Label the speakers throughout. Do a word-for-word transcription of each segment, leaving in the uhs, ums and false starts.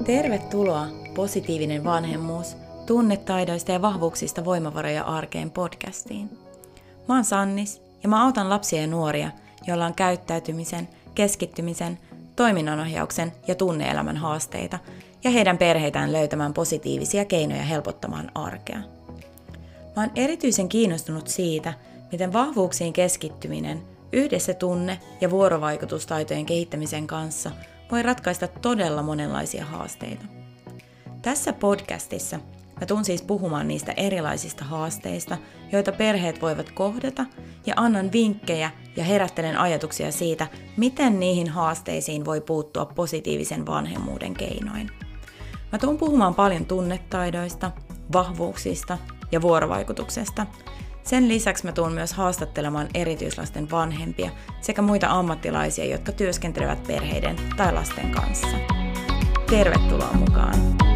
Speaker 1: Tervetuloa Positiivinen vanhemmuus, tunnetaidoista ja vahvuuksista voimavaroja arkeen podcastiin. Mä oon Sannis ja mä autan lapsia ja nuoria, joilla on käyttäytymisen, keskittymisen, toiminnanohjauksen ja tunne-elämän haasteita ja heidän perheitään löytämään positiivisia keinoja helpottamaan arkea. Mä oon erityisen kiinnostunut siitä, miten vahvuuksiin keskittyminen yhdessä tunne- ja vuorovaikutustaitojen kehittämisen kanssa voi ratkaista todella monenlaisia haasteita. Tässä podcastissa mä tuun siis puhumaan niistä erilaisista haasteista, joita perheet voivat kohdata, ja annan vinkkejä ja herättelen ajatuksia siitä, miten niihin haasteisiin voi puuttua positiivisen vanhemmuuden keinoin. Mä tuun puhumaan paljon tunnetaidoista, vahvuuksista ja vuorovaikutuksesta. Sen lisäksi mä tuun myös haastattelemaan erityislasten vanhempia sekä muita ammattilaisia, jotka työskentelevät perheiden tai lasten kanssa. Tervetuloa mukaan!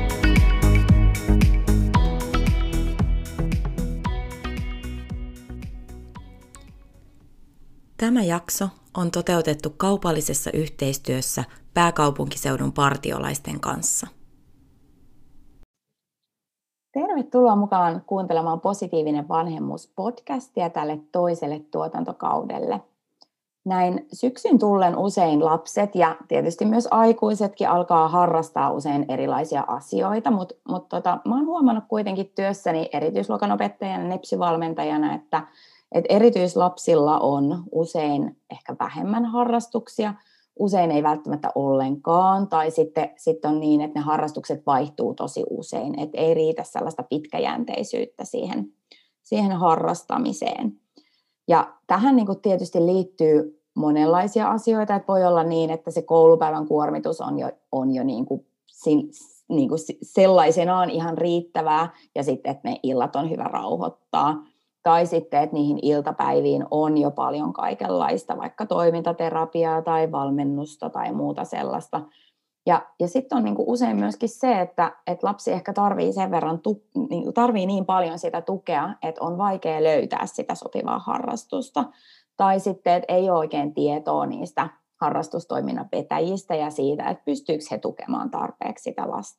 Speaker 1: Tämä jakso on toteutettu kaupallisessa yhteistyössä pääkaupunkiseudun partiolaisten kanssa. Tervetuloa mukaan kuuntelemaan Positiivinen vanhemmuus podcastia tälle toiselle tuotantokaudelle. Näin syksyn tullen usein lapset ja tietysti myös aikuisetkin alkaa harrastaa usein erilaisia asioita, mutta mut tota, mä oon huomannut kuitenkin työssäni erityisluokan opettajana ja nepsyvalmentajana, että et erityislapsilla on usein ehkä vähemmän harrastuksia, usein ei välttämättä ollenkaan, tai sitten, sitten on niin, että ne harrastukset vaihtuu tosi usein, että ei riitä sellaista pitkäjänteisyyttä siihen, siihen harrastamiseen. Ja tähän niin kuin tietysti liittyy monenlaisia asioita, että voi olla niin, että se koulupäivän kuormitus on jo, on jo niin kuin, niin kuin sellaisenaan ihan riittävää, ja sitten, että ne illat on hyvä rauhoittaa. Tai sitten, että niihin iltapäiviin on jo paljon kaikenlaista, vaikka toimintaterapiaa tai valmennusta tai muuta sellaista. Ja, ja sitten on niin kuin usein myöskin se, että, että lapsi ehkä tarvii sen verran, niin, tarvii niin paljon sitä tukea, että on vaikea löytää sitä sopivaa harrastusta. Tai sitten, että ei ole oikein tietoa niistä harrastustoiminnan vetäjistä ja siitä, että pystyykö he tukemaan tarpeeksi sitä lasta.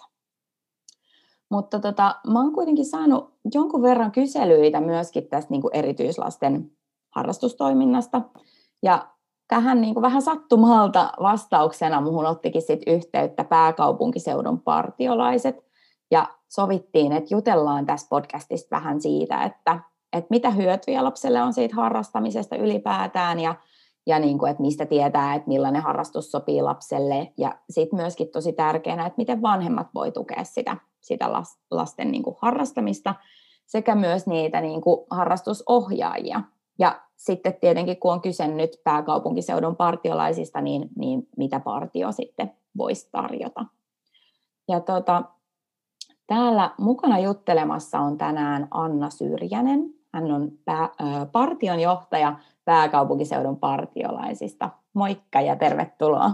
Speaker 1: Mutta tota, mä oon kuitenkin saanut jonkun verran kyselyitä myöskin tästä niin kuin erityislasten harrastustoiminnasta. Ja tähän niin kuin vähän sattumalta vastauksena muhun ottikin sit yhteyttä pääkaupunkiseudun partiolaiset. Ja sovittiin, että jutellaan tässä podcastista vähän siitä, että, että mitä hyötyjä lapselle on siitä harrastamisesta ylipäätään. Ja, ja niin kuin, että mistä tietää, että millainen harrastus sopii lapselle. Ja sitten myöskin tosi tärkeänä, että miten vanhemmat voi tukea sitä. sitä lasten niin kuin harrastamista, sekä myös niitä niin kuin harrastusohjaajia. Ja sitten tietenkin, kun on kyse nyt pääkaupunkiseudun partiolaisista, niin, niin mitä partio sitten voisi tarjota. Ja tota, täällä mukana juttelemassa on tänään Anna Syrjänen. Hän on pää, äh, partion johtaja pääkaupunkiseudun partiolaisista. Moikka ja tervetuloa.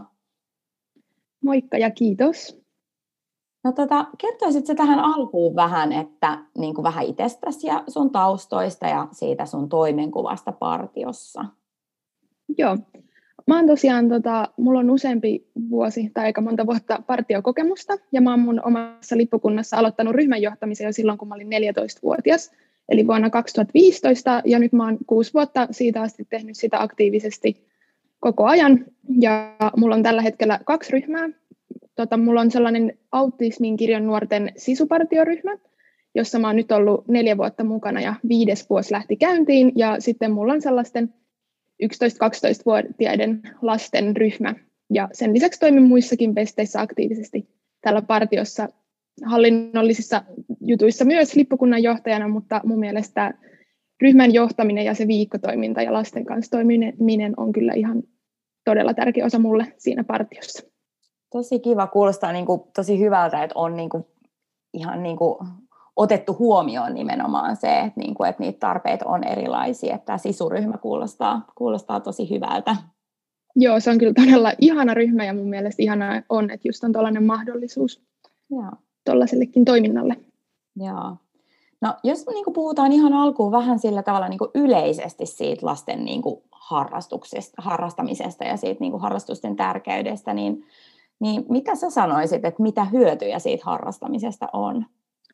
Speaker 2: Moikka ja kiitos.
Speaker 1: No tota, kertoisitko tähän alkuun vähän, että niin kuin vähän itsestäsi ja sun taustoista ja siitä sun toimenkuvasta partiossa?
Speaker 2: Joo, mä oon tosiaan, tota, mulla on useampi vuosi tai aika monta vuotta partiokokemusta ja mä oon mun omassa lippukunnassa aloittanut ryhmän johtamisen jo silloin, kun mä olin neljätoistavuotias, eli vuonna kaksituhattaviisitoista, ja nyt mä oon kuusi vuotta siitä asti tehnyt sitä aktiivisesti koko ajan, ja mulla on tällä hetkellä kaksi ryhmää. Tota, mulla on sellainen autismin kirjon nuorten sisupartioryhmä, jossa mä oon nyt ollut neljä vuotta mukana ja viides vuosi lähti käyntiin. Ja sitten mulla on sellaisten yksitoista-kaksitoistavuotiaiden lasten ryhmä. Ja sen lisäksi toimin muissakin pesteissä aktiivisesti täällä partiossa hallinnollisissa jutuissa myös lippukunnan johtajana, mutta mun mielestä ryhmän johtaminen ja se viikkotoiminta ja lasten kanssa toimiminen on kyllä ihan todella tärkeä osa mulle siinä partiossa.
Speaker 1: Tosi kiva, kuulostaa niin kuin tosi hyvältä, että on niin kuin ihan niin kuin otettu huomioon nimenomaan se, että, niin kuin, että niitä tarpeita on erilaisia. Että tämä sisuryhmä kuulostaa, kuulostaa tosi hyvältä.
Speaker 2: Joo, se on kyllä todella ihana ryhmä ja mun mielestä ihana on, että just on tuollainen mahdollisuus tuollaisellekin toiminnalle.
Speaker 1: Joo. No, jos niin kuin puhutaan ihan alkuun vähän sillä tavalla niin kuin yleisesti siitä lasten niin kuin harrastuksesta, harrastamisesta ja siitä niin kuin harrastusten tärkeydestä, niin niin mitä sä sanoisit, että mitä hyötyjä siitä harrastamisesta on?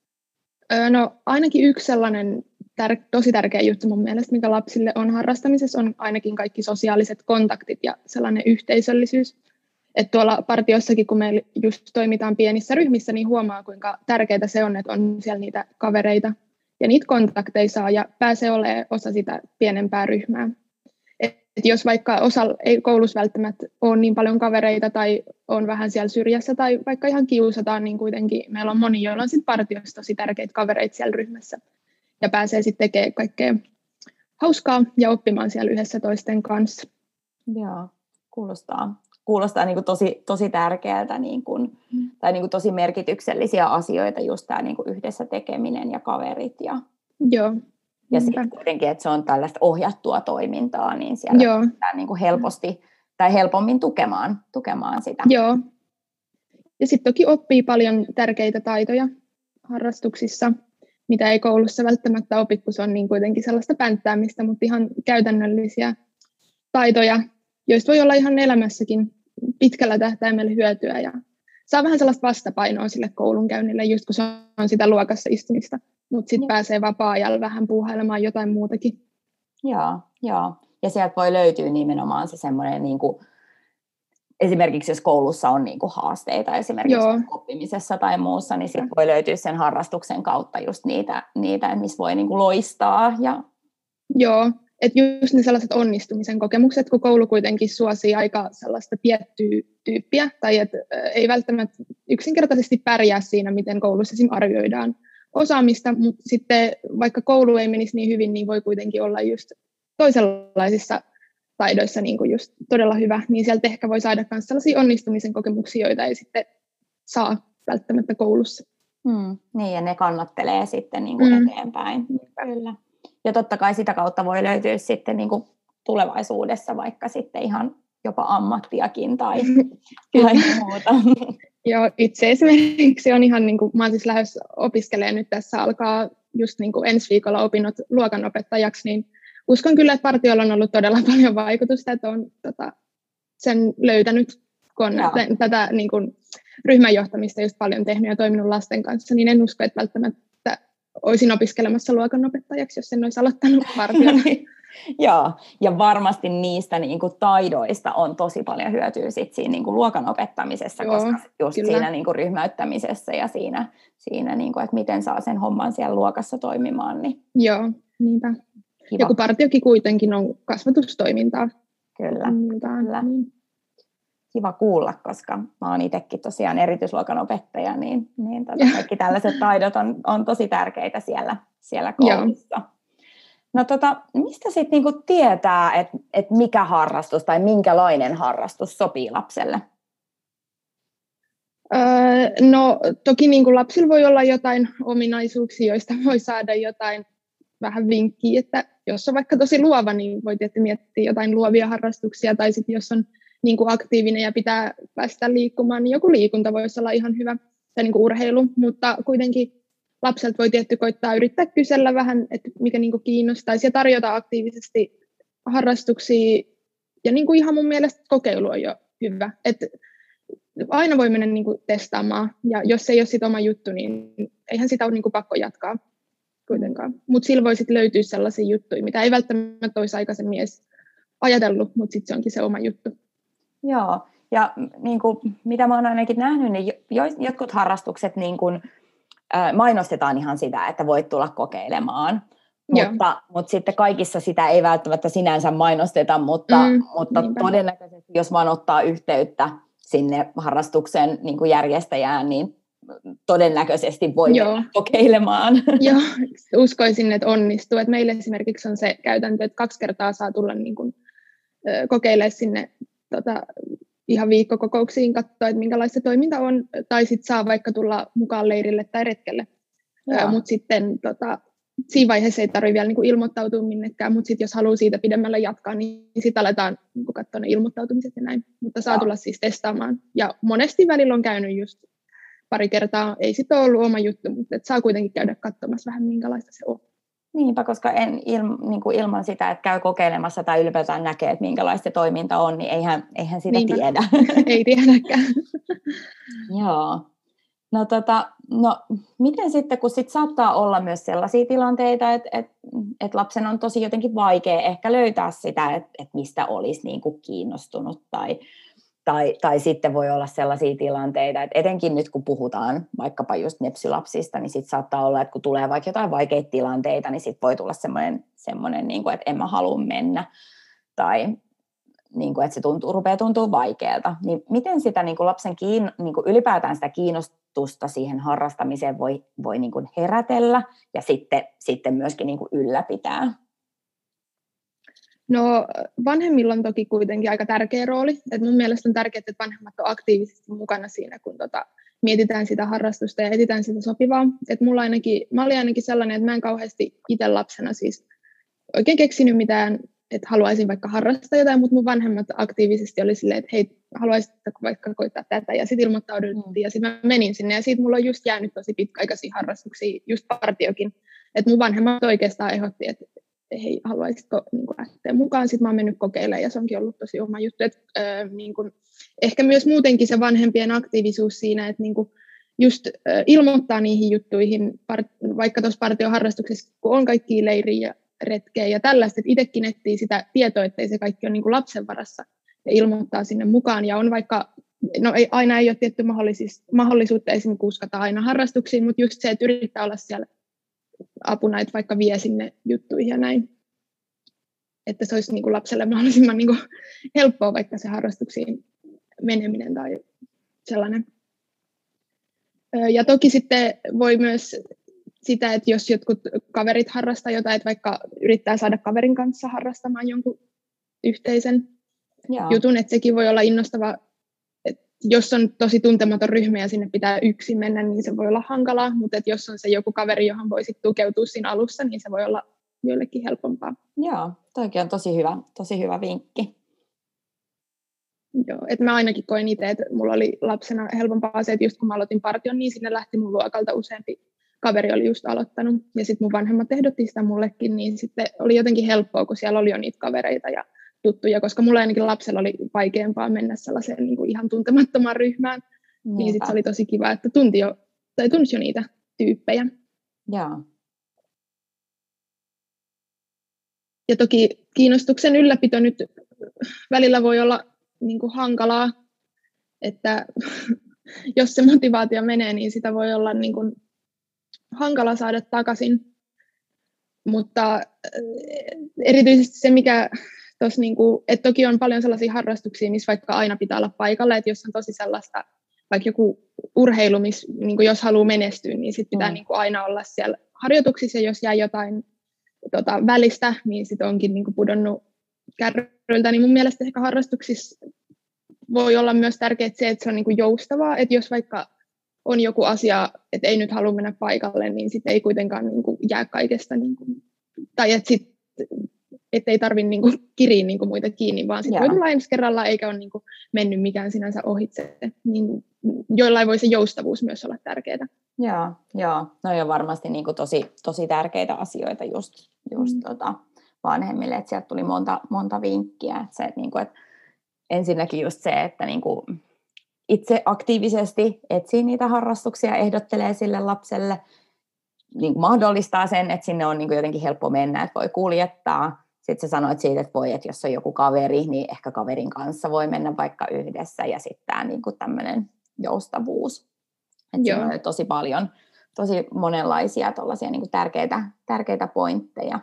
Speaker 2: Öö, no ainakin yksi sellainen tär- tosi tärkeä juttu mun mielestä, mikä lapsille on harrastamisessa, on ainakin kaikki sosiaaliset kontaktit ja sellainen yhteisöllisyys. Että tuolla partiossakin, kun me just toimitaan pienissä ryhmissä, niin huomaa, kuinka tärkeää se on, että on siellä niitä kavereita ja niitä kontakteja saa ja pääsee olemaan osa sitä pienempää ryhmää. Et jos vaikka osa ei koulussa välttämättä ole niin paljon kavereita tai on vähän siellä syrjässä tai vaikka ihan kiusataan, niin kuitenkin meillä on moni, joilla on sitten partiossa tosi tärkeitä kavereita siellä ryhmässä ja pääsee sitten tekemään kaikkea hauskaa ja oppimaan siellä yhdessä toisten kanssa.
Speaker 1: Joo, kuulostaa, kuulostaa niin kuin tosi, tosi tärkeältä niin kuin, mm. tai niin kuin tosi merkityksellisiä asioita, just tämä niin kuin yhdessä tekeminen ja kaverit. Ja,
Speaker 2: Joo.
Speaker 1: ja sitten kuitenkin, että se on tällaista ohjattua toimintaa, niin siellä
Speaker 2: Joo.
Speaker 1: pystytään niin kuin helposti tai helpommin tukemaan, tukemaan sitä.
Speaker 2: Joo. Ja sitten toki oppii paljon tärkeitä taitoja harrastuksissa, mitä ei koulussa välttämättä opi, kun se on niin kuitenkin sellaista pänttäämistä, mutta ihan käytännöllisiä taitoja, joista voi olla ihan elämässäkin pitkällä tähtäimellä hyötyä ja saa vähän sellaista vastapainoa sille koulunkäynnille, just kun se on sitä luokassa istumista, mutta sitten pääsee vapaa-ajalla vähän puuhailemaan jotain muutakin.
Speaker 1: Joo, joo. Ja sieltä voi löytyä nimenomaan se semmoinen, niin kuin, esimerkiksi jos koulussa on niin kuin haasteita esimerkiksi joo. oppimisessa tai muussa, niin sitten voi löytyä sen harrastuksen kautta just niitä, niitä missä voi niin kuin loistaa. Ja...
Speaker 2: Joo, että just ne sellaiset onnistumisen kokemukset, kun koulu kuitenkin suosii aika sellaista tiettyä tyyppiä, tai että ei välttämättä yksinkertaisesti pärjää siinä, miten koulussa esimerkiksi arvioidaan osaamista, mutta sitten vaikka koulu ei menisi niin hyvin, niin voi kuitenkin olla just toisenlaisissa taidoissa niin kuin just todella hyvä, niin sieltä ehkä voi saada myös sellaisia onnistumisen kokemuksia, joita ei sitten saa välttämättä koulussa.
Speaker 1: Hmm, niin, ja ne kannattelee sitten niin kuin mm. eteenpäin. Kyllä. Ja totta kai sitä kautta voi löytyä sitten niin kuin tulevaisuudessa vaikka sitten ihan jopa ammattiakin tai, tai muuta.
Speaker 2: Joo, itse esimerkiksi on ihan, niin kuin, mä oon siis lähdössä opiskelemaan nyt tässä alkaa just niin kuin ensi viikolla opinnot luokanopettajaksi, niin uskon kyllä, että partiolla on ollut todella paljon vaikutusta, että on tota, sen löytänyt, kun on t- tätä niin kuin, ryhmänjohtamista just paljon tehnyt ja toiminut lasten kanssa, niin en usko, että välttämättä olisin opiskelemassa luokanopettajaksi, jos en olisi aloittanut partiolla.
Speaker 1: Joo, ja varmasti niistä niin kuin, taidoista on tosi paljon hyötyä sit siinä niin kuin, luokan opettamisessa, Joo, koska just kyllä. siinä niin kuin, ryhmäyttämisessä ja siinä, siinä niin kuin, että miten saa sen homman siellä luokassa toimimaan. Niin...
Speaker 2: Joo, niinpä. Kiva. Ja kun partiokin kuitenkin on kasvatustoimintaa.
Speaker 1: Kyllä, Miltaan, kyllä. Niin. Kiva kuulla, koska mä oon itsekin tosiaan erityisluokan opettaja, niin, niin tota, kaikki tällaiset taidot on, on tosi tärkeitä siellä, siellä koulussa. Joo. No tota, mistä sitten niinku tietää, että et mikä harrastus tai minkälainen harrastus sopii lapselle?
Speaker 2: Öö, no toki niinku lapsilla voi olla jotain ominaisuuksia, joista voi saada jotain vähän vinkkiä, että jos on vaikka tosi luova, niin voi tietysti miettiä jotain luovia harrastuksia, tai sitten jos on niinku aktiivinen ja pitää päästä liikkumaan, niin joku liikunta voisi olla ihan hyvä, tai niinku urheilu, mutta kuitenkin lapselta voi tietty koittaa yrittää kysellä vähän, että mikä niinku kiinnostaisi ja tarjota aktiivisesti harrastuksia. Ja niinku ihan mun mielestä kokeilu on jo hyvä. Et aina voi mennä niinku testaamaan ja jos se ei ole sit oma juttu, niin eihän sitä ole niinku pakko jatkaa kuitenkaan. Mutta sillä voi sitten löytyä sellaisia juttuja, mitä ei välttämättä olisi aikaisemmin edes ajatellut, mutta sitten se onkin se oma juttu.
Speaker 1: Joo, ja niin kuin, mitä mä oon ainakin nähnyt, niin jotkut harrastukset niin kuin, mainostetaan ihan sitä, että voit tulla kokeilemaan, mutta, mutta sitten kaikissa sitä ei välttämättä sinänsä mainosteta, mutta, mm, mutta todennäköisesti jos vaan ottaa yhteyttä sinne harrastuksen niin kuin järjestäjään, niin todennäköisesti voi mennä kokeilemaan.
Speaker 2: Joo, uskoisin, että onnistuu. Että meillä esimerkiksi on se käytäntö, että kaksi kertaa saa tulla niin kuin, kokeilemaan sinne tota, ihan viikkokokouksiin katsoa, että minkälaista toiminta on, tai sitten saa vaikka tulla mukaan leirille tai retkelle. Mutta sitten tota, siinä vaiheessa ei tarvitse vielä niinku ilmoittautua minnekään, mutta sitten jos haluaa siitä pidemmälle jatkaa, niin sitten aletaan niinku katsoa ne ilmoittautumiset ja näin. Mutta saa Joo. tulla siis testaamaan. Ja monesti välillä on käynyt just pari kertaa, ei sitten ole ollut oma juttu, mutta et saa kuitenkin käydä katsomassa vähän minkälaista se on.
Speaker 1: Niinpä, koska en, il, niin kuin ilman sitä, että käy kokeilemassa tai ylipäätään näkee, että minkälaista se toiminta on, niin eihän, eihän sitä
Speaker 2: Niinpä.
Speaker 1: tiedä.
Speaker 2: Ei tiedäkään.
Speaker 1: Joo. No, tota, no miten sitten, kun sit saattaa olla myös sellaisia tilanteita, että et, et lapsen on tosi jotenkin vaikea ehkä löytää sitä, että et mistä olisi niin kuin kiinnostunut tai, tai, tai sitten voi olla sellaisia tilanteita, että etenkin nyt kun puhutaan vaikkapa just nepsylapsista, niin sitten saattaa olla, että kun tulee vaikka jotain vaikeita tilanteita, niin sitten voi tulla semmoinen, semmoinen niin kuin, että en mä halua mennä tai niin kuin, että se tuntuu, rupeaa tuntua vaikealta. Niin miten sitä niin kuin lapsen kiin, niin kuin ylipäätään sitä kiinnostusta siihen harrastamiseen voi, voi niin kuin herätellä ja sitten, sitten myöskin niin kuin ylläpitää?
Speaker 2: No vanhemmilla on toki kuitenkin aika tärkeä rooli. Et mun mielestä on tärkeää, että vanhemmat on aktiivisesti mukana siinä, kun tota, mietitään sitä harrastusta ja etsitään sitä sopivaa. Et mulla ainakin, mä olin ainakin sellainen, että mä en kauheasti itse lapsena siis oikein keksinyt mitään, että haluaisin vaikka harrastaa jotain, mutta mun vanhemmat aktiivisesti oli silleen, että hei, haluaisitko vaikka koittaa tätä, ja sitten ilmoittauduttiin, mm. ja sitten mä menin sinne, ja siitä mulla on just jäänyt tosi pitkäaikaisia harrastuksia, just partiokin, että mun vanhemmat oikeastaan ehdotti, että hei, haluaisitko niin kun lähteä mukaan, sitten mä oon mennyt kokeilemaan, ja se onkin ollut tosi oma juttu, että äh, niin kun, ehkä myös muutenkin se vanhempien aktiivisuus siinä, että niin kun, just äh, ilmoittaa niihin juttuihin, part- vaikka tuossa partioharrastuksessa, kun on kaikkia leiriä, retkeä ja tällaista, että itsekin etsii sitä tietoa, ettei se kaikki ole niin kuin lapsen varassa ja ilmoittaa sinne mukaan. Ja on vaikka, no ei, aina ei ole tietty mahdollisuutta esimerkiksi kuskata aina harrastuksiin, mutta just se, että yrittää olla siellä apuna, että vaikka vie sinne juttuihin ja näin. Että se olisi niin kuin lapselle mahdollisimman niin kuin helppoa vaikka se harrastuksiin meneminen tai sellainen. Ja toki sitten voi myös sitä, että jos jotkut kaverit harrastaa jotain, että vaikka yrittää saada kaverin kanssa harrastamaan jonkun yhteisen Jaa. jutun, että sekin voi olla innostava, että jos on tosi tuntematon ryhmä ja sinne pitää yksin mennä, niin se voi olla hankalaa, mutta että jos on se joku kaveri, johon voi sitten tukeutua siinä alussa, niin se voi olla joillekin helpompaa.
Speaker 1: Joo, toikin on tosi hyvä, tosi hyvä vinkki.
Speaker 2: Joo, että mä ainakin koin itse, että mulla oli lapsena helpompaa se, että just kun mä aloitin partion, niin sinne lähti mun luokalta useampi kaveri oli just aloittanut, ja sitten mun vanhemmat ehdotti sitä mullekin, niin sitten oli jotenkin helppoa, kun siellä oli jo niitä kavereita ja tuttuja, koska mulla ainakin lapsella oli vaikeampaa mennä sellaiseen niin kuin ihan tuntemattomaan ryhmään, Niinpä. Niin sitten se oli tosi kiva, että tunti jo, tai tunsi jo niitä tyyppejä.
Speaker 1: Jaa.
Speaker 2: Ja toki kiinnostuksen ylläpito nyt välillä voi olla niin kuin hankalaa, että jos se motivaatio menee, niin sitä voi olla niin kuin hankala saada takaisin, mutta erityisesti se, mikä tuossa, niinku, että toki on paljon sellaisia harrastuksia, missä vaikka aina pitää olla paikalla, että jos on tosi sellaista, vaikka joku urheilu, missä niinku, jos haluaa menestyä, niin sit pitää mm. niinku, aina olla siellä harjoituksissa, ja jos jää jotain tota, välistä, niin sitten onkin niinku, pudonnut kärryiltä, niin mun mielestä ehkä harrastuksissa voi olla myös tärkeää se, että se on niinku, joustavaa, että jos vaikka on joku asia, että ei nyt halua mennä paikalle, niin sitten ei kuitenkaan niin kuin jää kaikesta, niin kuin, tai että sit, et ei tarvitse niin kuin kiriä niin kuin muita kiinni, vaan sitten voi tulla ensi kerralla, eikä ole niin kuin mennyt mikään sinänsä ohitse. Niin joillain voi se joustavuus myös olla tärkeää.
Speaker 1: Joo, joo. No on varmasti niin kuin tosi, tosi tärkeitä asioita just, just mm. tota, vanhemmille, että sieltä tuli monta, monta vinkkiä. Että se, että, niin kuin, että ensinnäkin just se, että niin kuin itse aktiivisesti etsii niitä harrastuksia, ehdottelee sille lapselle, niin kuin mahdollistaa sen, että sinne on niin kuin jotenkin helppo mennä, että voi kuljettaa. Sitten sä sanoit siitä, että voi, että jos on joku kaveri, niin ehkä kaverin kanssa voi mennä vaikka yhdessä, ja sitten tämä niin kuin tämmöinen joustavuus. Että siinä on tosi paljon, tosi monenlaisia tuollaisia niin kuin tärkeitä, tärkeitä pointteja.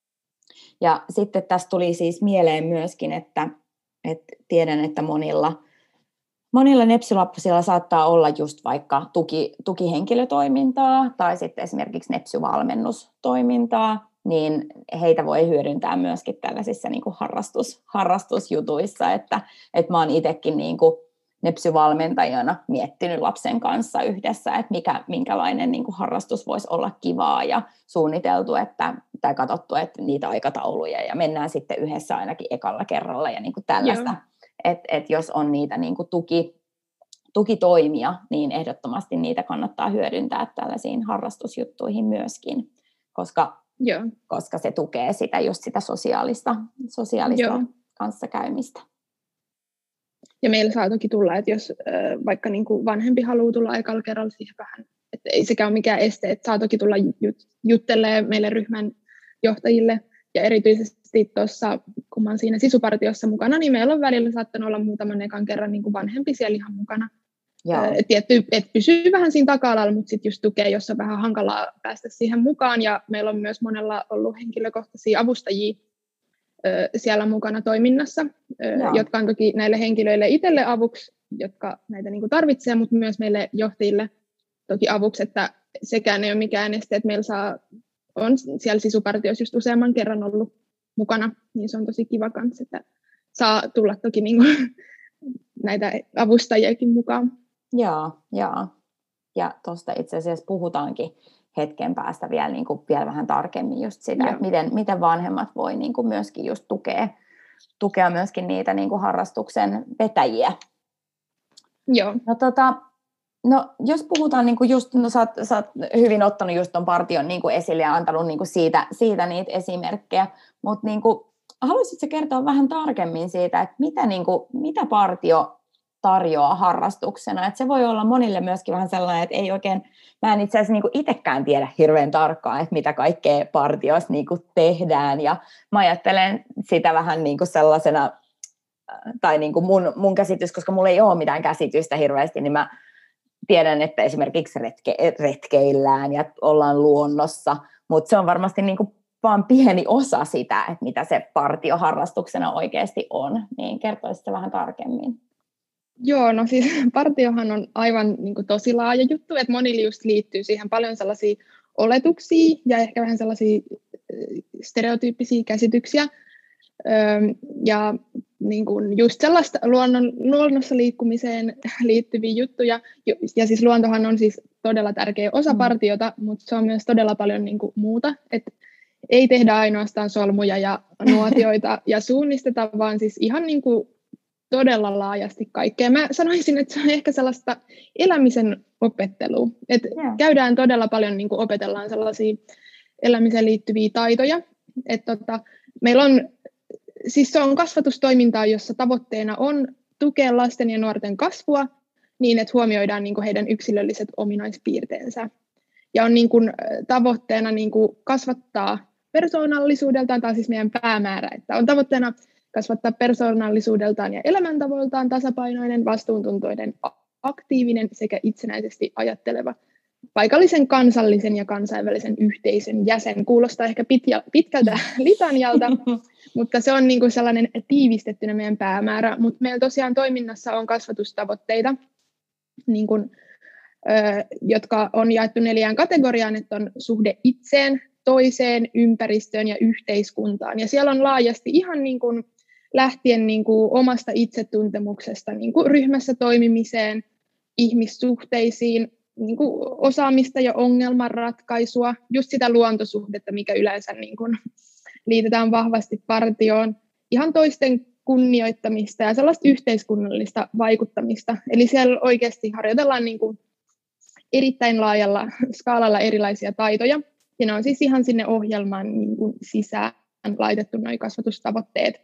Speaker 1: Ja sitten tästä tuli siis mieleen myöskin, että, että tiedän, että monilla Monilla nepsylapsilla saattaa olla just vaikka tuki, tukihenkilötoimintaa tai sitten esimerkiksi nepsyvalmennustoimintaa, niin heitä voi hyödyntää myöskin tällaisissa niin kuin harrastus, harrastusjutuissa, että, että mä oon itsekin niin kuin nepsyvalmentajana miettinyt lapsen kanssa yhdessä, että mikä, minkälainen niin kuin harrastus voisi olla kivaa ja suunniteltu, että, tai katsottu että niitä aikatauluja ja mennään sitten yhdessä ainakin ekalla kerralla ja niin kuin tällaista. Joo. Että et jos on niitä niin kuin tuki, tukitoimia, niin ehdottomasti niitä kannattaa hyödyntää tällaisiin harrastusjuttuihin myöskin, koska
Speaker 2: Joo.
Speaker 1: koska se tukee sitä, just sitä sosiaalista, sosiaalista
Speaker 2: Joo.
Speaker 1: kanssakäymistä.
Speaker 2: Ja meillä saa toki tulla, että jos äh, vaikka niin kuin vanhempi haluaa tulla aikalla kerralla siihen vähän, että ei sekään ole mikään este, että saa toki tulla jut- juttelemaan meille ryhmän johtajille. Ja erityisesti tuossa, kun mä oon siinä sisupartiossa mukana, niin meillä on välillä saattanut olla muutaman ekan kerran niin kuin vanhempi siellä ihan mukana. Et tietty, että pysyy vähän siinä taka-alalla, mutta sitten just tukee, jos on vähän hankalaa päästä siihen mukaan. Ja meillä on myös monella ollut henkilökohtaisia avustajia ö, siellä mukana toiminnassa, ö, jotka on toki näille henkilöille itselle avuksi, jotka näitä niin kuin tarvitsee, mutta myös meille johtajille toki avuksi, että sekään ei ole mikään este, että meillä saa, on siellä sisupartiossa just useamman kerran ollut mukana, niin se on tosi kiva kanssa, että saa tulla toki niin kuin näitä avustajiakin mukaan.
Speaker 1: Joo, joo. Ja tuosta itse asiassa puhutaankin hetken päästä vielä, niin kuin, vielä vähän tarkemmin just sitä, joo. että miten, miten vanhemmat voi niin kuin myöskin just tukea, tukea myöskin niitä niin kuin harrastuksen vetäjiä.
Speaker 2: Joo.
Speaker 1: No, tota, no jos puhutaan, niin kuin just, no sä oot, sä oot hyvin ottanut just ton partion niin kuin esille ja antanut niin kuin siitä, siitä niitä esimerkkejä, mutta niin kuin, haluaisitko kertoa vähän tarkemmin siitä, että mitä, niin kuin, mitä partio tarjoaa harrastuksena, että se voi olla monille myöskin vähän sellainen, että ei oikein, mä en itse asiassa niin kuin itsekään tiedä hirveän tarkkaan, että mitä kaikkea partiossa niin kuin tehdään, ja mä ajattelen sitä vähän niin kuin sellaisena, tai niin kuin mun, mun käsitys, koska mulla ei ole mitään käsitystä hirveästi, niin mä tiedän, että esimerkiksi retke, retkeillään ja ollaan luonnossa, mutta se on varmasti niin kuin vaan pieni osa sitä, että mitä se partio harrastuksena oikeasti on, niin kertoisitko vähän tarkemmin?
Speaker 2: Joo, no siis partiohan on aivan niin kuin tosi laaja juttu, että monille just liittyy siihen paljon sellaisia oletuksia ja ehkä vähän sellaisia stereotyyppisiä käsityksiä. Ja niin kuin just sellaista luonnon, luonnossa liikkumiseen liittyviä juttuja. Ja siis luontohan on siis todella tärkeä osa partiota, mutta se on myös todella paljon niin kuin muuta. Et ei tehdä ainoastaan solmuja ja nuotioita ja suunnisteta, vaan siis ihan niin kuin todella laajasti kaikkea. Mä sanoisin, että se on ehkä sellaista elämisen opettelua. Että yeah. käydään todella paljon, niin kuin opetellaan sellaisia elämiseen liittyviä taitoja. Että tota, meillä on, siis se on kasvatustoimintaa, jossa tavoitteena on tukea lasten ja nuorten kasvua niin, että huomioidaan niin kuin heidän yksilölliset ominaispiirteensä. Ja on niin kuin tavoitteena niin kuin kasvattaa persoonallisuudeltaan, tämä on siis meidän päämäärä, että on tavoitteena kasvattaa persoonallisuudeltaan ja elämäntavoiltaan tasapainoinen, vastuuntuntoinen, aktiivinen sekä itsenäisesti ajatteleva paikallisen, kansallisen ja kansainvälisen yhteisön jäsen. Kuulostaa ehkä pitkä, pitkältä litanialta, mutta se on niin kuin sellainen tiivistettynä meidän päämäärä. Mutta meillä tosiaan toiminnassa on kasvatustavoitteita, niin kuin, ö, jotka on jaettu neljään kategoriaan, että on suhde itseen, toiseen, ympäristöön ja yhteiskuntaan. Ja siellä on laajasti ihan niin kuin lähtien niin kuin omasta itsetuntemuksesta niin kuin ryhmässä toimimiseen, ihmissuhteisiin, niin kuin osaamista ja ongelmanratkaisua, just sitä luontosuhdetta, mikä yleensä niin kuin liitetään vahvasti partioon, ihan toisten kunnioittamista ja sellaista yhteiskunnallista vaikuttamista. Eli siellä oikeasti harjoitellaan niin kuin erittäin laajalla skaalalla erilaisia taitoja, ja ne on siis ihan sinne ohjelmaan niin kuin sisään laitettu nuo kasvatustavoitteet.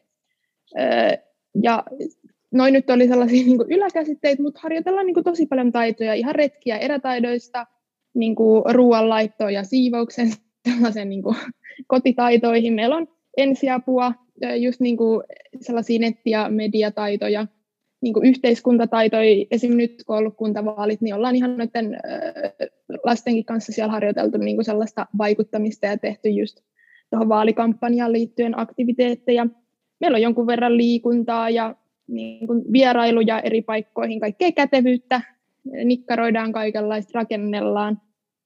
Speaker 2: Öö, ja noin nyt oli sellaisia niin kuin yläkäsitteitä, mutta harjoitellaan niin kuin tosi paljon taitoja, ihan retkiä erätaidoista, niin kuin ruoanlaittoon ja siivouksen sellaisen niin kuin kotitaitoihin. Meillä on ensiapua, just niin kuin sellaisia netti- ja mediataitoja, niin kuin yhteiskuntataitoja. Esimerkiksi nyt kun on ollut kuntavaalit, niin ollaan ihan noiden lastenkin kanssa siellä harjoiteltu niin kuin sellaista vaikuttamista ja tehty just tuohon vaalikampanjaan liittyen aktiviteetteja. Meillä on jonkun verran liikuntaa ja niin kuin vierailuja eri paikkoihin, kaikkea kätevyyttä, nikkaroidaan kaikenlaista, rakennellaan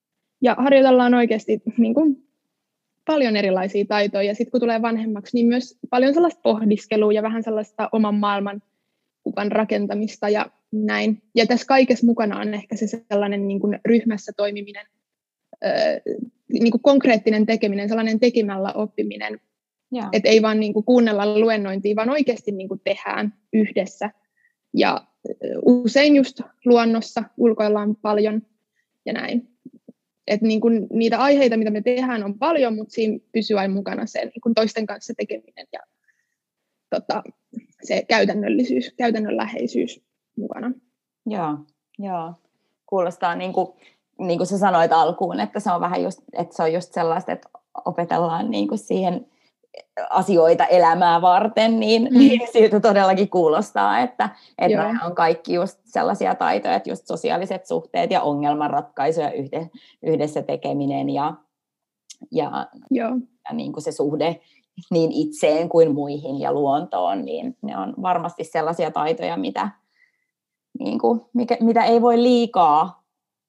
Speaker 2: ja harjoitellaan oikeasti niin kuin paljon erilaisia taitoja. Ja sitten kun tulee vanhemmaksi, niin myös paljon sellaista pohdiskelua ja vähän sellaista oman maailman kuvan rakentamista ja näin. Ja tässä kaikessa mukana on ehkä se sellainen niin kuin ryhmässä toimiminen, niin kuin konkreettinen tekeminen, sellainen tekemällä oppiminen. Että ei vaan niin kuin kuunnella luennointia, vaan oikeasti niin kuin tehdään yhdessä. Ja usein just luonnossa ulkoillaan paljon ja näin. että niin kuin niitä aiheita, mitä me tehdään, on paljon, mutta siinä pysyy aina mukana se niin kuin toisten kanssa tekeminen ja tota, se käytännöllisyys, käytännönläheisyys mukana.
Speaker 1: Joo, joo. Kuulostaa niin kuin, niin kuin sä sanoit alkuun, että se on vähän just, että se on just sellaista, että opetellaan niin kuin siihen asioita elämää varten, niin, mm. niin siitä todellakin kuulostaa, että, että nämä on kaikki just sellaisia taitoja, että just sosiaaliset suhteet ja ongelmanratkaisu ja yhdessä tekeminen ja, ja, ja niin kuin se suhde niin itseen kuin muihin ja luontoon, niin ne on varmasti sellaisia taitoja, mitä, niin kuin, mikä, mitä ei voi liikaa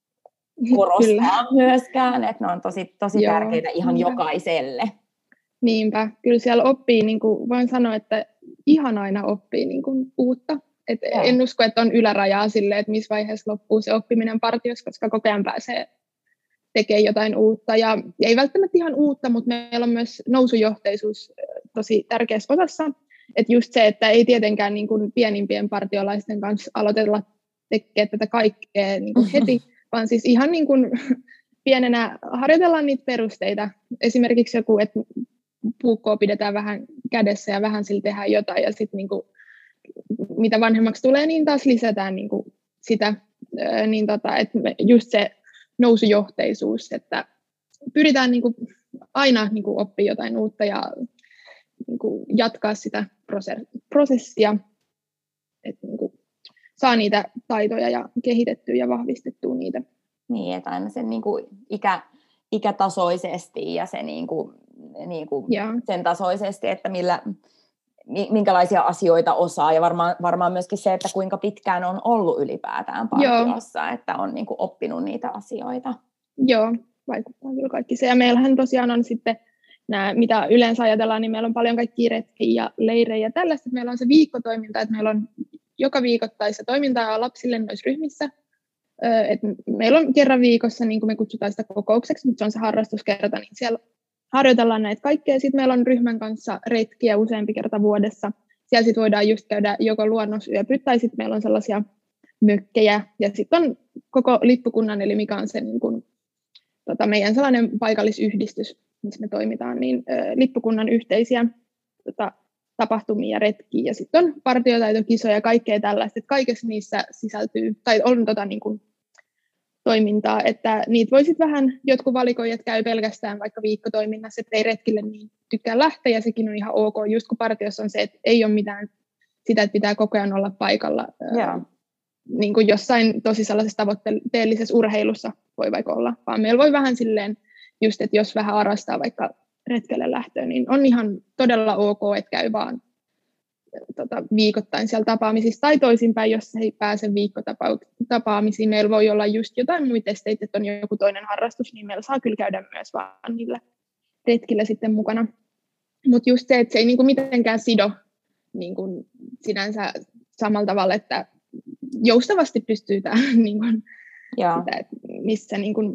Speaker 1: korostaa Kyllä. myöskään, että ne on tosi, tosi tärkeitä ihan Niinpä. jokaiselle.
Speaker 2: Niinpä, kyllä siellä oppii, niin kuin voin sanoa, että ihan aina oppii niin kuin uutta. Et en usko, että on ylärajaa sille, että missä vaiheessa loppuu se oppiminen partiossa, koska koko ajan pääsee tekemään jotain uutta. Ja ei välttämättä ihan uutta, mutta meillä on myös nousujohteisuus tosi tärkeässä osassa. Että just se, että ei tietenkään niin kuin pienimpien partiolaisten kanssa aloitella tekemään tätä kaikkea niin kuin heti, vaan siis ihan niin kuin pienenä harjoitellaan niitä perusteita. Esimerkiksi joku, että puukkoa pidetään vähän kädessä ja vähän sillä tehdään jotain. Ja sitten niin kuin, mitä vanhemmaksi tulee, niin taas lisätään niin kuin sitä. Niin tota, että just se nousujohteisuus, että pyritään niin kuin aina niin kuin oppia jotain uutta ja niin kuin jatkaa sitä prosessia, että niin kuin saa niitä taitoja ja kehitettyä ja vahvistettua niitä.
Speaker 1: Niin, että aina sen niin kuin ikä, ikätasoisesti ja se niin kuin, niin kuin sen tasoisesti, että millä, minkälaisia asioita osaa ja varmaan, varmaan myöskin se, että kuinka pitkään on ollut ylipäätään partiossa, Joo. että on niin kuin oppinut niitä asioita.
Speaker 2: Joo, vaikuttaa kyllä kaikki se. Ja meillähän tosiaan on sitten nämä, mitä yleensä ajatellaan, niin meillä on paljon kaikkia retkiä ja leirejä ja tällaista. Meillä on se viikkotoiminta, että meillä on joka viikoittaista toimintaa lapsille noissa ryhmissä. Et meillä on kerran viikossa, niin kuin me kutsutaan sitä kokoukseksi, mutta se on se harrastuskerta, niin siellä harjoitellaan näitä kaikkea. Sitten meillä on ryhmän kanssa retkiä useampi kerta vuodessa. Siellä sitten voidaan just käydä joko luonnosyöpyt, tai sitten meillä on sellaisia mökkejä. Ja sitten on koko lippukunnan, eli mikä on se niin kuin, tota, meidän sellainen paikallisyhdistys, missä me toimitaan, niin ö, lippukunnan yhteisiä tota, tapahtumia, retkiä. Ja sitten on partiotaitokisoja ja kaikkea tällaista. Että kaikessa niissä sisältyy, tai on tota, niin kuin, toimintaa, että niitä voi sitten vähän, jotkut valikoijat käy pelkästään vaikka viikkotoiminnassa, että ei retkille niin tykkää lähteä, ja sekin on ihan ok, just kun partiossa on se, että ei ole mitään sitä, että pitää koko ajan olla paikalla, ää, niin kuin jossain tosi sellaisessa tavoitteellisessa urheilussa voi vaikka olla, vaan meillä voi vähän silleen, just että jos vähän harrastaa vaikka retkelle lähtöön, niin on ihan todella ok, että käy vaan Tota, viikoittain siellä tapaamisissa tai toisinpäin, jos ei pääse viikkotapaamisiin. Meillä voi olla just jotain muita esteitä, että on joku toinen harrastus, niin meillä saa kyllä käydä myös vaan niillä retkillä sitten mukana. Mutta just se, että se ei niinku mitenkään sido niinku sinänsä samalla tavalla, että joustavasti pystyy tähän, niinku, sitä, että missä niinku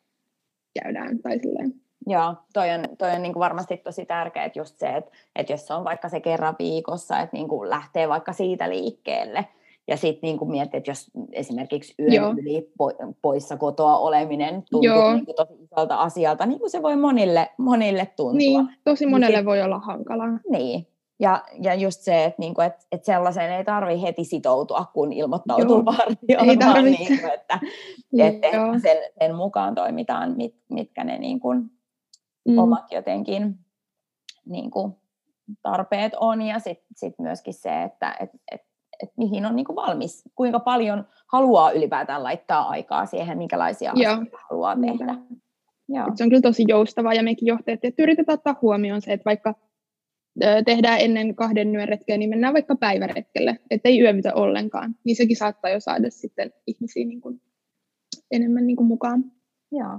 Speaker 2: käydään tai silleen.
Speaker 1: Joo, toi on, toi on niin kuin varmasti tosi tärkeää, että just se, että, että jos se on vaikka se kerran viikossa, että niin kuin lähtee vaikka siitä liikkeelle, ja sitten niin kuin miettii, että jos esimerkiksi yön Joo. yli poissa kotoa oleminen tuntuu niin kuin tosi isolta asialta, niin kuin se voi monille, monille tuntua.
Speaker 2: Niin, tosi monelle niin sit, voi olla hankalaa.
Speaker 1: Niin, ja, ja just se, että, niin kuin, että, että sellaiseen ei tarvitse heti sitoutua, kun ilmoittautuu partioon,
Speaker 2: ei
Speaker 1: vaan niin kuin, että, että sen, sen mukaan toimitaan, mit, mitkä ne niin kuin Mm. omat jotenkin niin kuin, tarpeet on, ja sitten sit myöskin se, että et, et, et mihin on niin kuin valmis, kuinka paljon haluaa ylipäätään laittaa aikaa siihen, minkälaisia Joo. asioita haluaa tehdä.
Speaker 2: Joo. Se on kyllä tosi joustavaa, ja mekin johtajat, että yritetään ottaa huomioon se, että vaikka tehdään ennen kahden yön retkeä, niin mennään vaikka päiväretkelle, ettei yövytä ollenkaan, niin sekin saattaa jo saada sitten ihmisiä niin kuin enemmän niin kuin mukaan.
Speaker 1: Joo.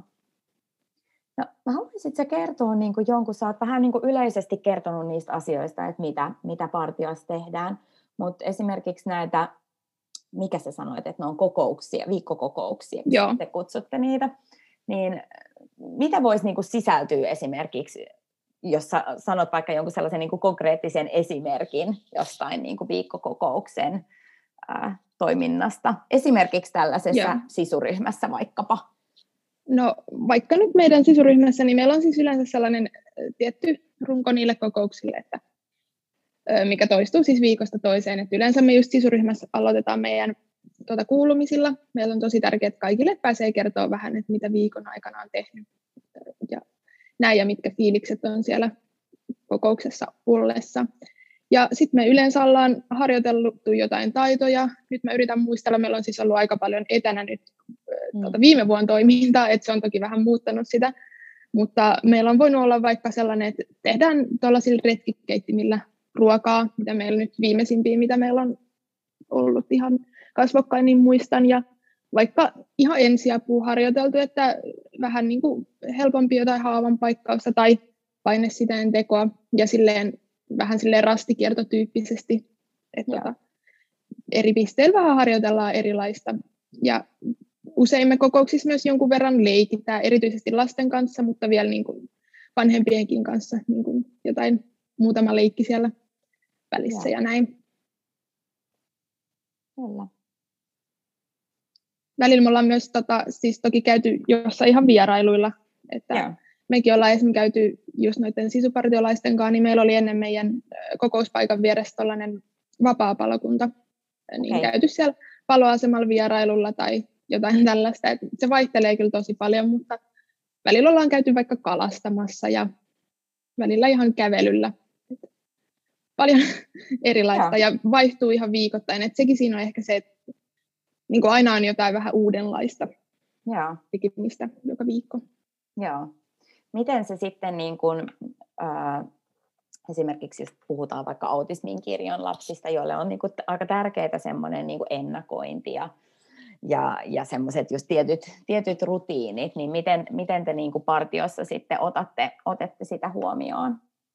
Speaker 1: No, mä haluaisin sä kertoa niin kuin jonkun, sä oot vähän niin kuin yleisesti kertonut niistä asioista, että mitä, mitä partiossa tehdään, mutta esimerkiksi näitä, mikä sä sanoit, että ne on kokouksia, viikkokokouksia, kun te kutsutte niitä, niin mitä voisi niin kuin sisältyä esimerkiksi, jos sä sanot vaikka jonkun sellaisen niin kuin konkreettisen esimerkin jostain niin kuin viikkokokouksen ää, toiminnasta, esimerkiksi tällaisessa Joo. sisuryhmässä vaikkapa?
Speaker 2: No vaikka nyt meidän sisuryhmässä, niin meillä on siis yleensä sellainen tietty runko niille kokouksille, että mikä toistuu siis viikosta toiseen. Että yleensä me just sisuryhmässä aloitetaan meidän tuota, kuulumisilla. Meillä on tosi tärkeää, että kaikille pääsee kertoa vähän, että mitä viikon aikana on tehnyt ja näin ja mitkä fiilikset on siellä kokouksessa ollessa. Ja sitten me yleensä ollaan harjoiteltu jotain taitoja. Nyt mä yritän muistella, meillä on siis ollut aika paljon etänä nyt mm. tuota, viime vuonna toimintaa, että se on toki vähän muuttanut sitä. Mutta meillä on voinut olla vaikka sellainen, että tehdään tuollaisilla retkikeittimillä ruokaa, mitä meillä nyt viimeisimpiä, mitä meillä on ollut ihan kasvokkain, niin muistan. Ja vaikka ihan ensiapua harjoiteltu, että vähän niin kuin helpompi jotain haavan paikkausta tai painesiteen tekoa ja silleen vähän silleen rastikiertotyyppisesti, että tota, eri pisteillä vähän harjoitellaan erilaista. Ja usein me kokouksissa myös jonkun verran leikitään, erityisesti lasten kanssa, mutta vielä niin kuin vanhempienkin kanssa niin kuin jotain muutama leikki siellä välissä ja, ja näin.
Speaker 1: Kyllä.
Speaker 2: Välillä me ollaan myös tota, siis toki käyty jossain ihan vierailuilla, että ja. mekin ollaan esimerkiksi käyty just noiden sisupartiolaisten kanssa, niin meillä oli ennen meidän kokouspaikan vieressä tällainen vapaa-palokunta, niin okay. käyty siellä paloasemalla vierailulla tai jotain tällaista, että se vaihtelee kyllä tosi paljon, mutta välillä ollaan käyty vaikka kalastamassa ja välillä ihan kävelyllä. Paljon erilaista ja. ja vaihtuu ihan viikoittain, että sekin siinä on ehkä se, että niin kuin aina on jotain vähän uudenlaista
Speaker 1: ja.
Speaker 2: tekemistä joka viikko.
Speaker 1: Joo. Miten se sitten, niin kuin, äh, esimerkiksi jos puhutaan vaikka autismin kirjon lapsista, joille on niin kuin aika tärkeää semmoinen niin kuin ennakointi ja, ja, ja semmoiset just tietyt, tietyt rutiinit, niin miten, miten te niin kuin partiossa sitten otatte, otette sitä huomioon?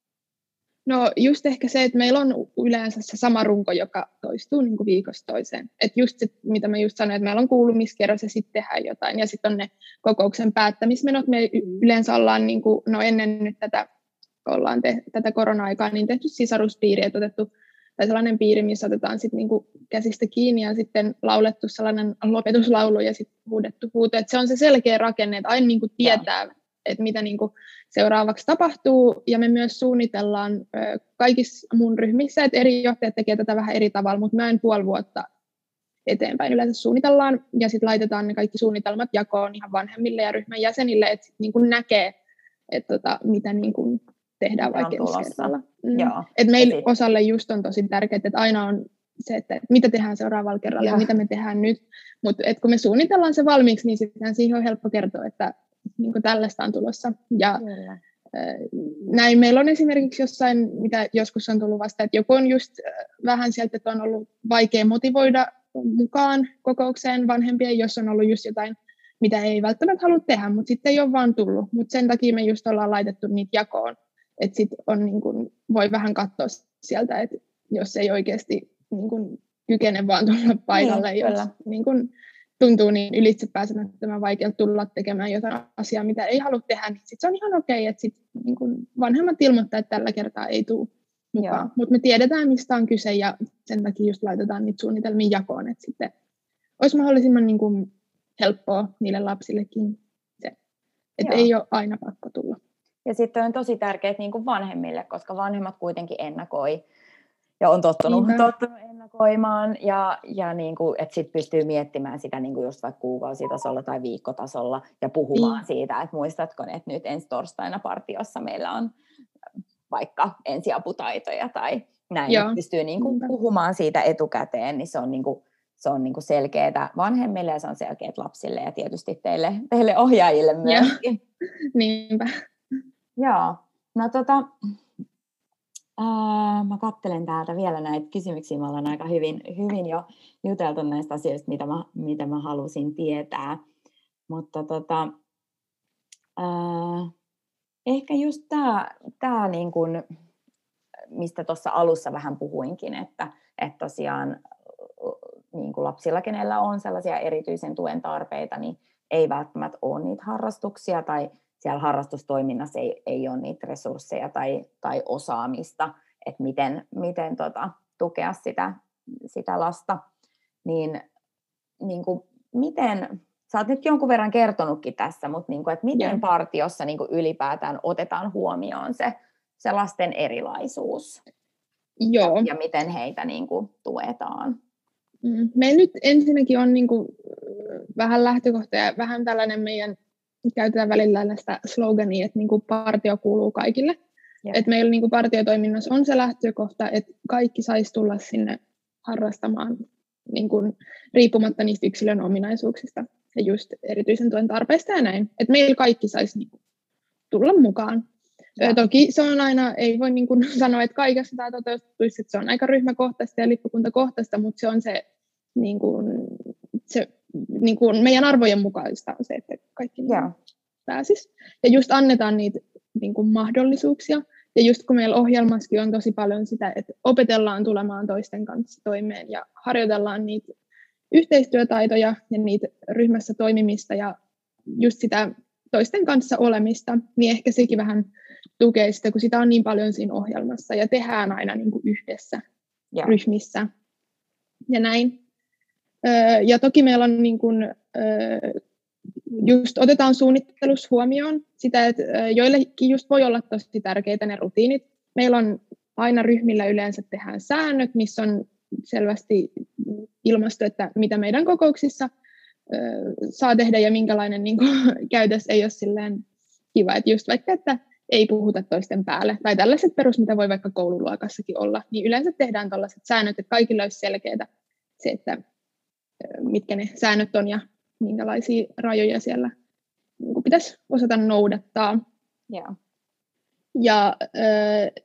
Speaker 2: No just ehkä se, että meillä on yleensä se sama runko, joka toistuu niin kuin viikosta toiseen. Että just se, mitä mä just sanoin, että meillä on kuulumiskierros ja sitten tehdään jotain. Ja sitten on ne kokouksen päättämismenot. Me yleensä ollaan, niin kuin, no ennen nyt tätä, ollaan te, tätä korona-aikaa, niin tehty sisaruspiiri, että otettu tai sellainen piiri, missä otetaan sitten niin kuin käsistä kiinni ja sitten laulettu sellainen lopetuslaulu ja sitten huudettu huuto. Että se on se selkeä rakenne, että aina niin kuin tietää, että mitä niin kuin seuraavaksi tapahtuu, ja me myös suunnitellaan ö, kaikissa mun ryhmissä, että eri johtajat tekevät tätä vähän eri tavalla, mutta mä en puoli vuotta eteenpäin yleensä suunnitellaan, ja sitten laitetaan ne kaikki suunnitelmat jakoon ihan vanhemmille ja ryhmän jäsenille, että niin kuin näkee, että tota, mitä niin kuin tehdään vaikka ensi kerralla. Mm. Et meillä sit osalle just on tosi tärkeää, että aina on se, että mitä tehdään seuraavalla kerralla ja, ja mitä me tehdään nyt, mutta kun me suunnitellaan se valmiiksi, niin sitten siihen on helppo kertoa, että niin kuin tällaista on tulossa. Ja Kyllä. näin meillä on esimerkiksi jossain, mitä joskus on tullut vasta, että joku on just vähän sieltä, että on ollut vaikea motivoida mukaan kokoukseen vanhempien, jos on ollut just jotain, mitä ei välttämättä halua tehdä, mutta sitten ei ole vaan tullut. Mutta sen takia me just ollaan laitettu niitä jakoon, että sitten on niin kuin, voi vähän katsoa sieltä, että jos ei oikeasti niin kuin kykene vaan tulla paikalle, niin, jos niin kuin tuntuu niin ylitse pääsemättömän vaikealta tulla tekemään jotain asiaa, mitä ei halua tehdä, niin sit se on ihan okei, että sit niin kun vanhemmat ilmoittaa, että tällä kertaa ei tule mukaan. Mutta me tiedetään, mistä on kyse, ja sen takia just laitetaan niitä suunnitelmia jakoon, että sitten olisi mahdollisimman niin kun helppoa niille lapsillekin se, että ei ole aina pakko tulla.
Speaker 1: Ja sitten on tosi tärkeää niin kuin vanhemmille, koska vanhemmat kuitenkin ennakoi ja on tottunut, tottunut ennakoimaan, ja, ja niin kuin, että sitten pystyy miettimään sitä niin kuin just vaikka kuukausitasolla tai viikkotasolla ja puhumaan mm. siitä, että muistatko, että nyt ensi torstaina partiossa meillä on vaikka ensiaputaitoja tai näin, että pystyy niin kuin puhumaan siitä etukäteen, niin se on, niin kuin, se on niin kuin selkeää vanhemmille ja se on selkeää lapsille ja tietysti teille, teille ohjaajille myöskin.
Speaker 2: Niinpä.
Speaker 1: Joo, no tota... Ää, mä katselen täältä vielä näitä kysymyksiä. Me ollaan aika hyvin, hyvin jo juteltu näistä asioista, mitä mä, mitä mä halusin tietää. Mutta tota, ää, ehkä just tämä, tää niin kun, mistä tuossa alussa vähän puhuinkin, että, että tosiaan niin kun lapsilla, kenellä on sellaisia erityisen tuen tarpeita, niin ei välttämättä ole niitä harrastuksia tai siellä harrastustoiminnassa ei, ei ole niitä resursseja tai, tai osaamista, että miten, miten tota, tukea sitä, sitä lasta. Niin, niin kuin, miten, sä oot nyt jonkun verran kertonutkin tässä, mutta niin kuin, että miten
Speaker 2: Joo.
Speaker 1: partiossa niin kuin ylipäätään otetaan huomioon se, se lasten erilaisuus
Speaker 2: Joo.
Speaker 1: ja, ja miten heitä niin kuin tuetaan?
Speaker 2: Mm. Meillä nyt ensinnäkin on niin kuin vähän lähtökohta ja vähän tällainen meidän, käytetään välillä näistä slogania, että niin kuin partio kuuluu kaikille. Että meillä niin kuin partiotoiminnassa on se lähtökohta, että kaikki saisi tulla sinne harrastamaan niin kuin, riippumatta niistä yksilön ominaisuuksista ja just erityisen tuen tarpeista ja näin. Että meillä kaikki saisi niin kuin, tulla mukaan. Ja. Toki se on aina, ei voi niin kuin sanoa, että kaikessa tämä toteutuisi, että se on aika ryhmäkohtaista ja lippukuntakohtaista, mutta se on se, niin kuin, se niin kuin meidän arvojen mukaista on se, että kaikki niin pääsisi. Ja just annetaan niitä niin kuin mahdollisuuksia. Ja just kun meillä ohjelmassakin on tosi paljon sitä, että opetellaan tulemaan toisten kanssa toimeen ja harjoitellaan niitä yhteistyötaitoja ja niitä ryhmässä toimimista ja just sitä toisten kanssa olemista, niin ehkä sekin vähän tukee sitä, kun sitä on niin paljon siinä ohjelmassa ja tehdään aina niin kuin yhdessä ja. ryhmissä ja näin. Ja toki meillä on niin kuin, just otetaan suunnittelussa huomioon sitä, että joillekin just voi olla tosi tärkeitä ne rutiinit. Meillä on aina ryhmillä yleensä tehdään säännöt, missä on selvästi ilmasto, että mitä meidän kokouksissa saa tehdä ja minkälainen niin kuin, käytös ei ole silleen kiva. Että just vaikka, että ei puhuta toisten päälle tai tällaiset perus, mitä voi vaikka koululuokassakin olla, niin yleensä tehdään tällaiset säännöt, että kaikilla olisi selkeää se, että mitkä ne säännöt on ja minkälaisia rajoja siellä niin pitäisi osata noudattaa.
Speaker 1: Yeah.
Speaker 2: Ja äh,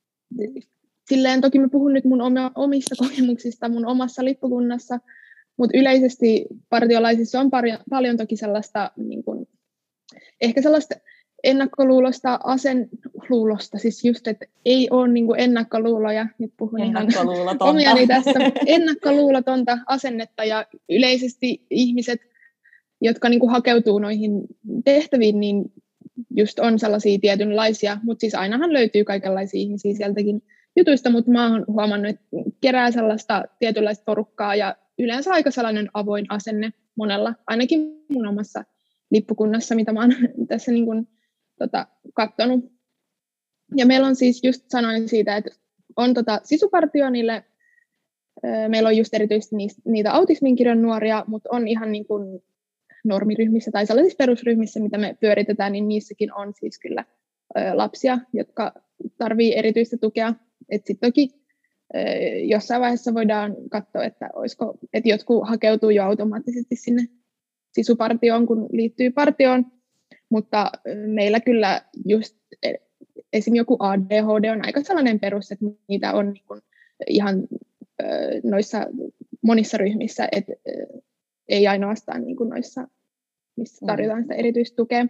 Speaker 2: silleen toki mä puhun nyt mun omista kokemuksista mun omassa lippukunnassa, mutta yleisesti partiolaisissa on paljon, paljon toki sellaista, niin kun, ehkä sellaista ennakkoluulosta, asenluulosta, siis just, että ei ole niin kuin ennakkoluuloja, nyt puhun ihan omiani tästä, ennakkoluulotonta asennetta ja yleisesti ihmiset, jotka niin kuin hakeutuu noihin tehtäviin, niin just on sellaisia tietynlaisia, mutta siis ainahan löytyy kaikenlaisia ihmisiä sieltäkin jutuista, mutta mä oon huomannut, että kerää sellaista tietynlaista porukkaa ja yleensä aika sellainen avoin asenne monella, ainakin mun omassa lippukunnassa, mitä mä oon tässä niin kuin, tota, katsonut. Ja meillä on siis just sanoin siitä, että on tota sisupartio niille, meillä on just erityisesti niistä, niitä autismin kirjon nuoria, mutta on ihan niin kuin normiryhmissä tai sellaisissa perusryhmissä, mitä me pyöritetään, niin niissäkin on siis kyllä lapsia, jotka tarvitsee erityistä tukea. Että sitten toki jossain vaiheessa voidaan katsoa, että, olisiko, että jotkut hakeutuu jo automaattisesti sinne sisupartioon, kun liittyy partioon, mutta meillä kyllä just esim. Joku A D H D on aika sellainen perus, että niitä on niin kuin ihan noissa monissa ryhmissä, että ei ainoastaan niin kuin noissa, missä tarjotaan sitä erityistukea.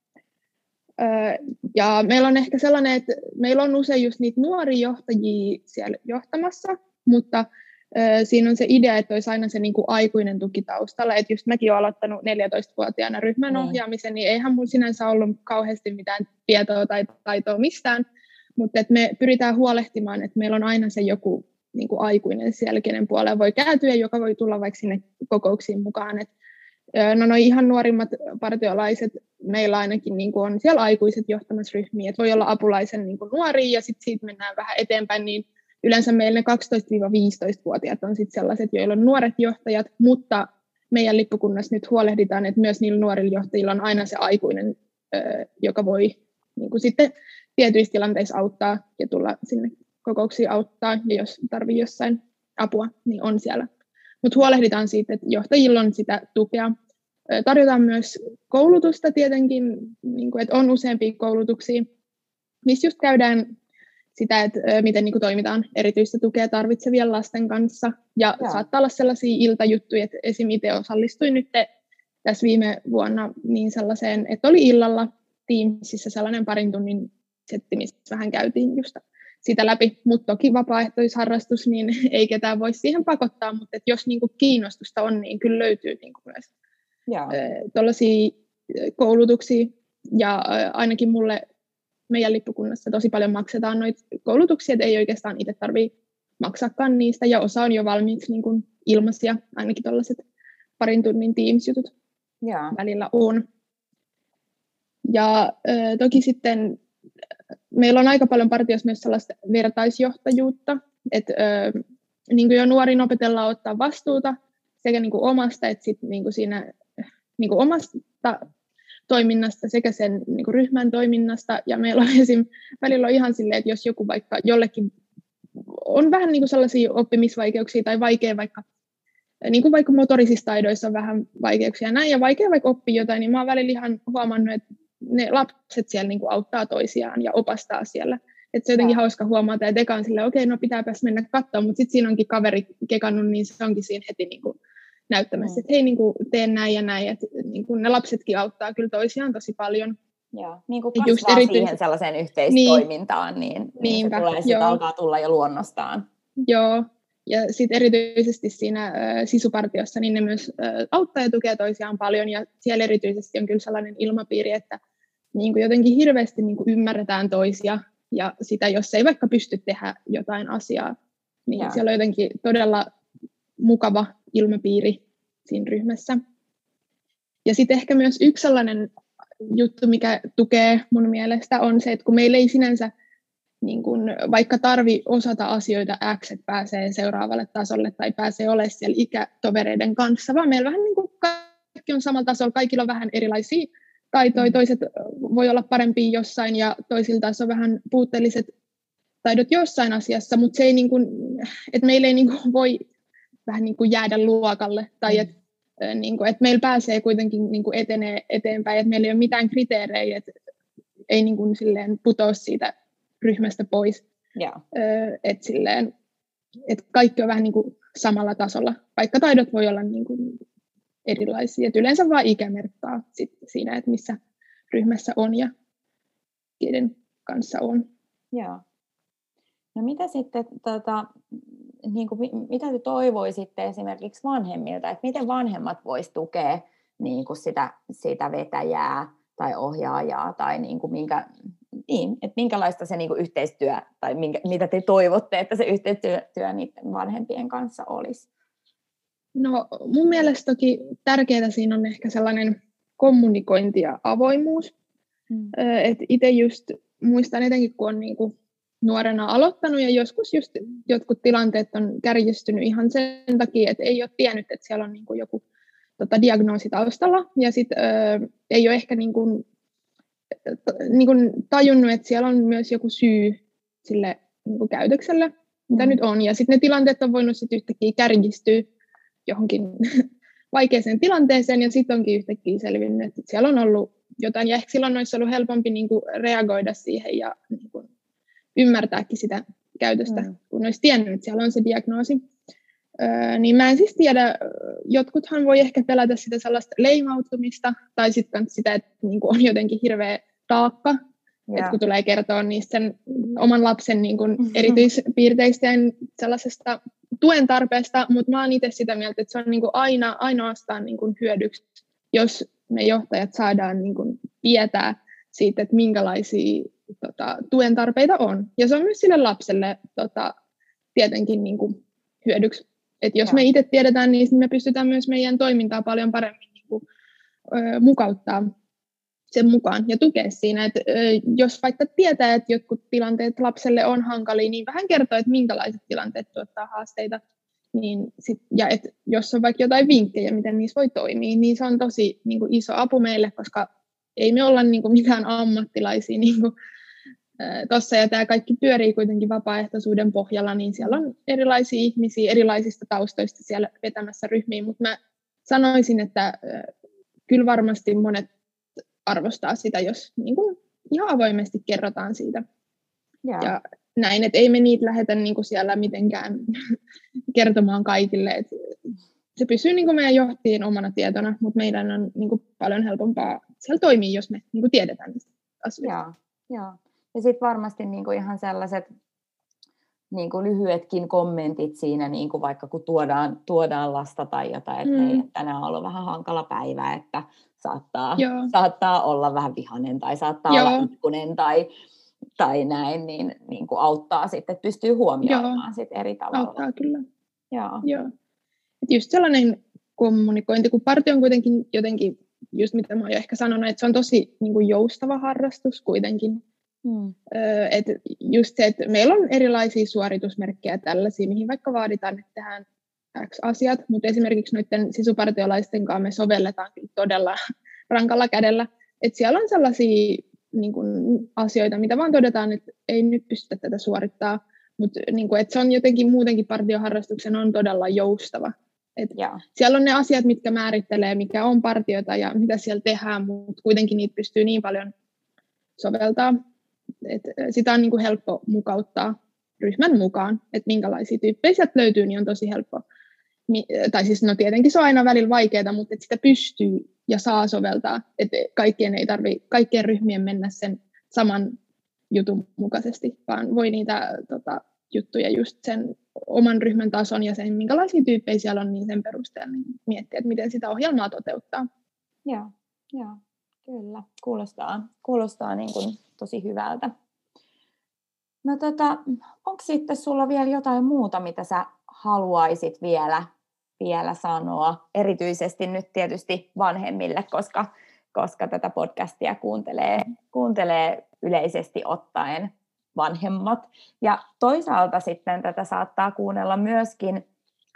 Speaker 2: Ja meillä on ehkä sellainen, että meillä on usein just niitä nuoria johtajia siellä johtamassa, mutta siinä on se idea, että olisi aina se niin kuin aikuinen tuki taustalla. Että just mäkin olen aloittanut neljätoistavuotiaana ryhmän ohjaamisen, niin eihän mulla sinänsä ollut kauheasti mitään tietoa tai taitoa mistään. Mutta että me pyritään huolehtimaan, että meillä on aina se joku niin kuin aikuinen siellä, kenen puoleen voi kääntyä, joka voi tulla vaikka sinne kokouksiin mukaan. Et, no noi ihan nuorimmat partiolaiset, meillä ainakin niin kuin on siellä aikuiset johtamassa ryhmiä. Et voi olla apulaisen niin kuin nuoria ja sitten siitä mennään vähän eteenpäin, niin yleensä meillä ne kaksitoista-viisitoistavuotiaat on sitten sellaiset, joilla on nuoret johtajat, mutta meidän lippukunnassa nyt huolehditaan, että myös niillä nuorilla johtajilla on aina se aikuinen, joka voi niin kuin sitten tietyissä tilanteissa auttaa ja tulla sinne kokouksiin auttaa, ja jos tarvitsee jossain apua, niin on siellä. Mutta huolehditaan siitä, että johtajilla on sitä tukea. Tarjotaan myös koulutusta tietenkin, niin kuin, että on useampia koulutuksia, missä just käydään sitä, että miten niin kuin toimitaan erityistä tukea tarvitsevien lasten kanssa. Ja Jaa. saattaa olla sellaisia iltajuttuja, että esim. Itse osallistuin nyt tässä viime vuonna niin sellaiseen, että oli illalla Teamsissa sellainen parin tunnin setti, missä vähän käytiin just sitä läpi. Mutta toki vapaaehtoisharrastus, niin ei ketään voi siihen pakottaa, mutta jos niin kuin kiinnostusta on, niin kyllä löytyy niin kuin myös tuollaisia koulutuksia. Ja ainakin mulle meidän lippukunnassa tosi paljon maksetaan noita koulutuksia, että ei oikeastaan itse tarvitse maksaakaan niistä, ja osa on jo valmiiksi niin kuin ilmaisia, ainakin tuollaiset parin tunnin Teams-jutut.
Speaker 1: Jaa.
Speaker 2: välillä on. Ja äh, toki sitten meillä on aika paljon partiossa myös sellaista vertaisjohtajuutta, että äh, niin kuin jo nuorin opetellaan ottaa vastuuta sekä niin kuin omasta että sit niin kuin siinä niin kuin omasta toiminnasta sekä sen niin kuin ryhmän toiminnasta. Ja meillä on esim. Välillä on ihan silleen, että jos joku vaikka jollekin on vähän niin kuin sellaisia oppimisvaikeuksia tai vaikea vaikka, niin kuin vaikka motorisissa taidoissa on vähän vaikeuksia näin, ja vaikea vaikka oppia jotain, niin mä oon välillä ihan huomannut, että ne lapset siellä niin kuin auttaa toisiaan ja opastaa siellä. Että se on jotenkin hauska huomata, että eka on silleen, okei, okay, no pitääpäs mennä katsomaan, mutta sitten siinä onkin kaveri kekannut, niin se onkin siinä heti niin kuin näyttämässä, mm. että hei, niin kuin, teen näin ja näin, että niin kuin ne lapsetkin auttaa kyllä toisiaan tosi paljon.
Speaker 1: Joo, niin kuin kasvaa erityis... siihen sellaiseen yhteistoimintaan, niin, niin, niin se tulee, sit alkaa tulla jo luonnostaan.
Speaker 2: Joo, ja sitten erityisesti siinä ä, sisupartiossa, niin ne myös ä, auttaa ja tukee toisiaan paljon, ja siellä erityisesti on kyllä sellainen ilmapiiri, että niin kuin jotenkin hirveästi niin kuin ymmärretään toisia, ja sitä, jos ei vaikka pysty tehdä jotain asiaa, niin Joo. siellä on jotenkin todella mukava ilmapiiri siinä ryhmässä. Ja sitten ehkä myös yksi sellainen juttu, mikä tukee mun mielestä, on se, että kun meillä ei sinänsä niin kun, vaikka tarvi osata asioita X, että pääsee seuraavalle tasolle tai pääsee olemaan siellä ikätovereiden kanssa, vaan meillä vähän niin kuin kaikki on samalla tasolla, kaikilla on vähän erilaisia taitoja, toiset voi olla parempia jossain ja toisilta taas on vähän puutteelliset taidot jossain asiassa, mutta se ei niin kuin, että meillä ei niin kuin voi vähän niin kuin jäädä luokalle tai että niin kuin, että meillä pääsee kuitenkin niin kuin etenee eteenpäin, että meillä ei ole mitään kriteerejä, että ei niin kuin silleen putoa siitä ryhmästä pois.
Speaker 1: Yeah.
Speaker 2: Että silleen, että kaikki on vähän niin kuin samalla tasolla, vaikka taidot voi olla niin kuin erilaisia. Et yleensä vaan ikä merkkaa sit siinä, että missä ryhmässä on ja keiden kanssa on.
Speaker 1: Joo. No mitä sitten, tota, niin kuin, mitä te toivoisitte esimerkiksi vanhemmilta, että miten vanhemmat vois tukea niin kuin sitä, sitä vetäjää tai ohjaajaa tai niin kuin minkä, niin, että minkälaista se niin kuin yhteistyö tai minkä, mitä te toivotte, että se yhteistyö niiden vanhempien kanssa olisi?
Speaker 2: No mun mielestä toki tärkeää siinä on ehkä sellainen kommunikointi ja avoimuus. Hmm. Et itse just muistan etenkin, kun on niinku nuorena aloittanut ja joskus just jotkut tilanteet on kärjistynyt ihan sen takia, että ei ole tiennyt, että siellä on niinku joku tota, diagnoosi taustalla ja sitten ei ole ehkä niinku, niinku tajunnut, että siellä on myös joku syy sille niinku käytökselle, mitä hmm. nyt on. Ja sitten ne tilanteet on voinut sitten yhtäkkiä kärjistyä johonkin vaikeaseen tilanteeseen, ja sitten onkin yhtäkkiä selvinnyt, että siellä on ollut jotain, ja ehkä silloin olisi ollut helpompi niin kuin reagoida siihen ja niin kuin ymmärtääkin sitä käytöstä, mm. kun olisi tiennyt, että siellä on se diagnoosi. Öö, niin mä en siis tiedä, jotkuthan voi ehkä pelätä sitä sellaista leimautumista, tai sitten sitä, että niin kuin on jotenkin hirveä taakka, yeah. että kun tulee kertoa niistä sen oman lapsen niin kuin erityispiirteistä ja sellaisesta tuen tarpeesta, mutta mä oon itse sitä mieltä, että se on niin kuin aina, ainoastaan niin kuin hyödyksi, jos me johtajat saadaan niin kuin tietää siitä, että minkälaisia tota, tuen tarpeita on. Ja se on myös sille lapselle tota, tietenkin niin kuin hyödyksi. Että jos ja. me itse tiedetään, niin me pystytään myös meidän toimintaa paljon paremmin niin kuin, ö, mukauttaa sen mukaan ja tukea siinä, että jos vaikka tietää, että jotkut tilanteet lapselle on hankalia, niin vähän kertoo, että minkälaiset tilanteet tuottaa haasteita. Niin sit, ja et jos on vaikka jotain vinkkejä, miten niissä voi toimia, niin se on tosi niin kuin iso apu meille, koska ei me olla niin kuin mitään ammattilaisia niin kuin, äh, tossa, ja tämä kaikki pyörii kuitenkin vapaaehtoisuuden pohjalla, niin siellä on erilaisia ihmisiä erilaisista taustoista siellä vetämässä ryhmiin, mutta mä sanoisin, että äh, kyllä varmasti monet arvostaa sitä, jos niin kuin ihan avoimesti kerrotaan siitä. Yeah. Ja näin, että ei me niitä lähetä niin kuin siellä mitenkään kertomaan kaikille. Et se pysyy niin kuin meidän johtajien omana tietona, mutta meidän on niin kuin paljon helpompaa siellä toimia, jos me niin kuin tiedetään niistä asioista.
Speaker 1: Joo, joo. Ja sitten varmasti niin kuin ihan sellaiset niin kuin lyhyetkin kommentit siinä, niin kuin vaikka kun tuodaan, tuodaan lasta tai jotain, että mm. hei, tänään on ollut vähän hankala päivä, että saattaa, saattaa olla vähän vihainen tai saattaa Joo. olla itkunen tai, tai näin, niin, niin kuin auttaa sitten, että pystyy huomioimaan sit eri tavalla.
Speaker 2: Auttaa kyllä.
Speaker 1: Joo.
Speaker 2: Joo. Et just sellainen kommunikointi, kun partio on kuitenkin jotenkin just mitä mä oon jo ehkä sanonut, että se on tosi niin kuin joustava harrastus kuitenkin. Mm. Että just se, että meillä on erilaisia suoritusmerkkejä tällaisia, mihin vaikka vaaditaan, että tehdään X asiat, mutta esimerkiksi noiden sisupartiolaisten kanssa me sovelletaan kyllä todella rankalla kädellä. Että siellä on sellaisia niin kuin, asioita, mitä vaan todetaan, että ei nyt pystytä tätä suorittaa, mutta niin kuin, että se on jotenkin muutenkin partioharrastuksen on todella joustava. Et siellä on ne asiat, mitkä määrittelee, mikä on partiota ja mitä siellä tehdään, mutta kuitenkin niitä pystyy niin paljon soveltaa. Et sitä on niin kuin helppo mukauttaa ryhmän mukaan, että minkälaisia tyyppejä sieltä löytyy, niin on tosi helppo. Tai siis no tietenkin se on aina välillä vaikeaa, mutta että sitä pystyy ja saa soveltaa. Että kaikkien ei tarvitse, kaikkien ryhmien mennä sen saman jutun mukaisesti, vaan voi niitä tota, juttuja just sen oman ryhmän tason ja sen, minkälaisia tyyppejä siellä on, niin sen perusteella niin miettiä, että miten sitä ohjelmaa toteuttaa.
Speaker 1: Joo, joo, kyllä. Kuulostaa, kuulostaa niin kuin tosi hyvältä. No tota, onko sitten sulla vielä jotain muuta, mitä sä haluaisit vielä, vielä sanoa? Erityisesti nyt tietysti vanhemmille, koska, koska tätä podcastia kuuntelee, kuuntelee yleisesti ottaen vanhemmat. Ja toisaalta sitten tätä saattaa kuunnella myöskin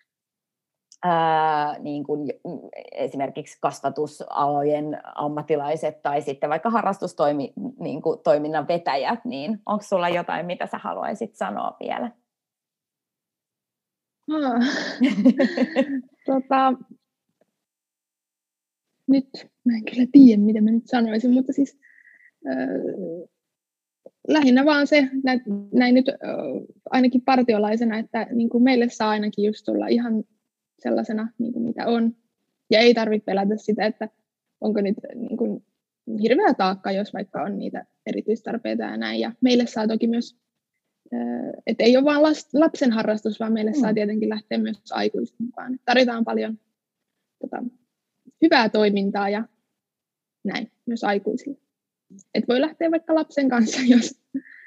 Speaker 1: ää, niin kuin esimerkiksi kasvatusalojen ammattilaiset tai sitten vaikka harrastustoiminnan niin kuin toiminnan vetäjät, niin onko sulla jotain, mitä sä haluaisit sanoa vielä?
Speaker 2: Ah. tota, nyt mä en kyllä tiedä, mitä mä nyt sanoisin, mutta siis äh, lähinnä vaan se, näin, näin nyt äh, ainakin partiolaisena, että niin kuin meille saa ainakin just tulla ihan sellaisena, niin kuin mitä on. Ja ei tarvitse pelätä sitä, että onko nyt niin kuin hirveä taakka, jos vaikka on niitä erityistarpeita ja näin. Ja meille saa toki myös, äh, että ei ole vain lapsen harrastus, vaan meille mm. saa tietenkin lähteä myös aikuisten mukaan. Tarvitaan paljon tota, hyvää toimintaa ja näin, myös aikuisille. Et voi lähteä vaikka lapsen kanssa, jos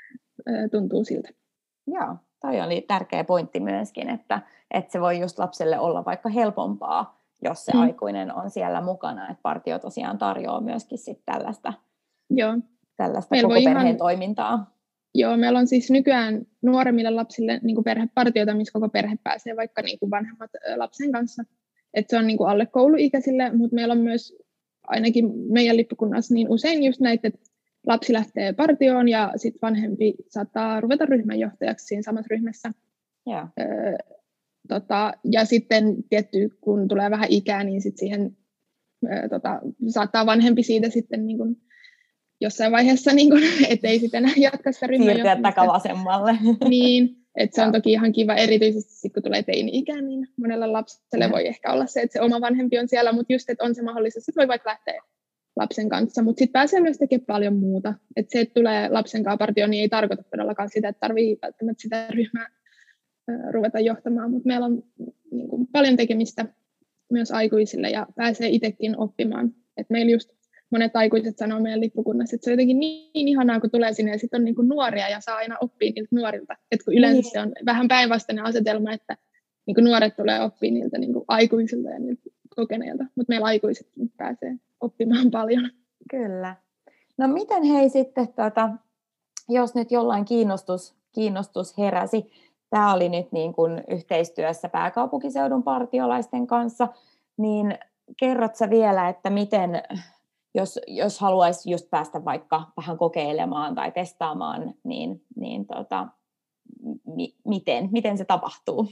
Speaker 2: ö, tuntuu siltä.
Speaker 1: Joo, toi oli tärkeä pointti myöskin, että, että se voi just lapselle olla vaikka helpompaa, jos se mm. aikuinen on siellä mukana. Että partio tosiaan tarjoaa myöskin sit tällaista,
Speaker 2: Joo.
Speaker 1: tällaista koko perheen ihan, toimintaa.
Speaker 2: Joo, meillä on siis nykyään nuoremmille lapsille niin kuin perhepartiota, missä koko perhe pääsee vaikka niin kuin vanhemmat lapsen kanssa. Et se on niin kuin alle kouluikäisille, mutta meillä on myös ainakin meidän lippukunnassa niin usein just näitä, että lapsi lähtee partioon ja sitten vanhempi saattaa ruveta ryhmänjohtajaksi siinä samassa ryhmässä.
Speaker 1: Yeah.
Speaker 2: Öö, tota, ja sitten tietty, kun tulee vähän ikää, niin sit siihen öö, tota, saattaa vanhempi siitä sitten niin kun jossain vaiheessa, niin kun, ettei sitten enää jatka sitä ryhmänjohtamista.
Speaker 1: Siirtyä takavasemmalle.
Speaker 2: Niin. Että se on toki ihan kiva, erityisesti sit, kun tulee teini-ikä, niin monella lapselle voi ehkä olla se, että se oma vanhempi on siellä, mutta just, että on se mahdollisuus, että voi vaikka lähteä lapsen kanssa, mutta sitten pääsee myös tekemään paljon muuta. Että se, että tulee lapsen kanssa partioon, niin ei tarkoita todellakaan sitä, että tarvitsee välttämättä sitä ryhmää äh, ruveta johtamaan, mutta meillä on niin kuin, paljon tekemistä myös aikuisille ja pääsee itsekin oppimaan. Että meillä just monet aikuiset sanoo meidän lippukunnassa, että se on jotenkin niin ihanaa, kun tulee sinne ja sitten on niin kuin nuoria ja saa aina oppia niiltä nuorilta. Että kun yleensä se on vähän päinvastainen asetelma, että niin kuin nuoret tulee oppia niiltä niin kuin aikuisilta ja niiltä kokeneilta, mutta meillä aikuiset pääsee oppimaan paljon.
Speaker 1: Kyllä. No miten hei sitten, tuota, jos nyt jollain kiinnostus, kiinnostus heräsi, tämä oli nyt niin kuin yhteistyössä pääkaupunkiseudun partiolaisten kanssa, niin kerrot sä vielä, että miten... Jos, jos haluaisi just päästä vaikka vähän kokeilemaan tai testaamaan, niin, niin tota, mi, miten, miten se tapahtuu?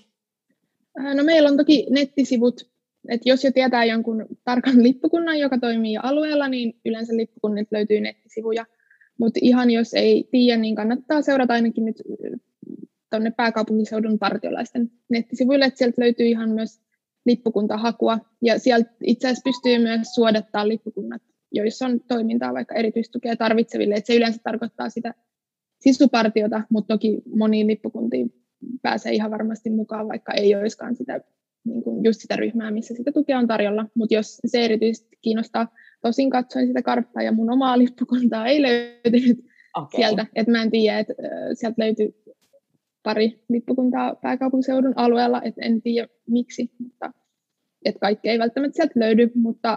Speaker 2: No meillä on toki nettisivut, että jos jo tietää jonkun tarkan lippukunnan, joka toimii alueella, niin yleensä lippukunnilta löytyy nettisivuja. Mutta ihan jos ei tiedä, niin kannattaa seurata ainakin nyt tuonne pääkaupunkiseudun partiolaisten nettisivuille, että sieltä löytyy ihan myös lippukuntahakua. Ja sieltä itse asiassa pystyy myös suodattaa lippukunnat, joissa on toimintaa vaikka erityistukea tarvitseville. Et se yleensä tarkoittaa sitä sisupartiota, mutta toki moniin lippukuntiin pääsee ihan varmasti mukaan, vaikka ei olisikaan sitä, niin kuin just sitä ryhmää, missä sitä tukea on tarjolla. Mutta jos se erityisesti kiinnostaa, tosin katsoin sitä karttaa ja mun omaa lippukuntaa ei löytynyt okay. sieltä. Et mä en tiedä, että sieltä löytyy pari lippukuntaa pääkaupunkiseudun alueella, et en tiedä miksi, mutta et kaikki ei välttämättä sieltä löydy, mutta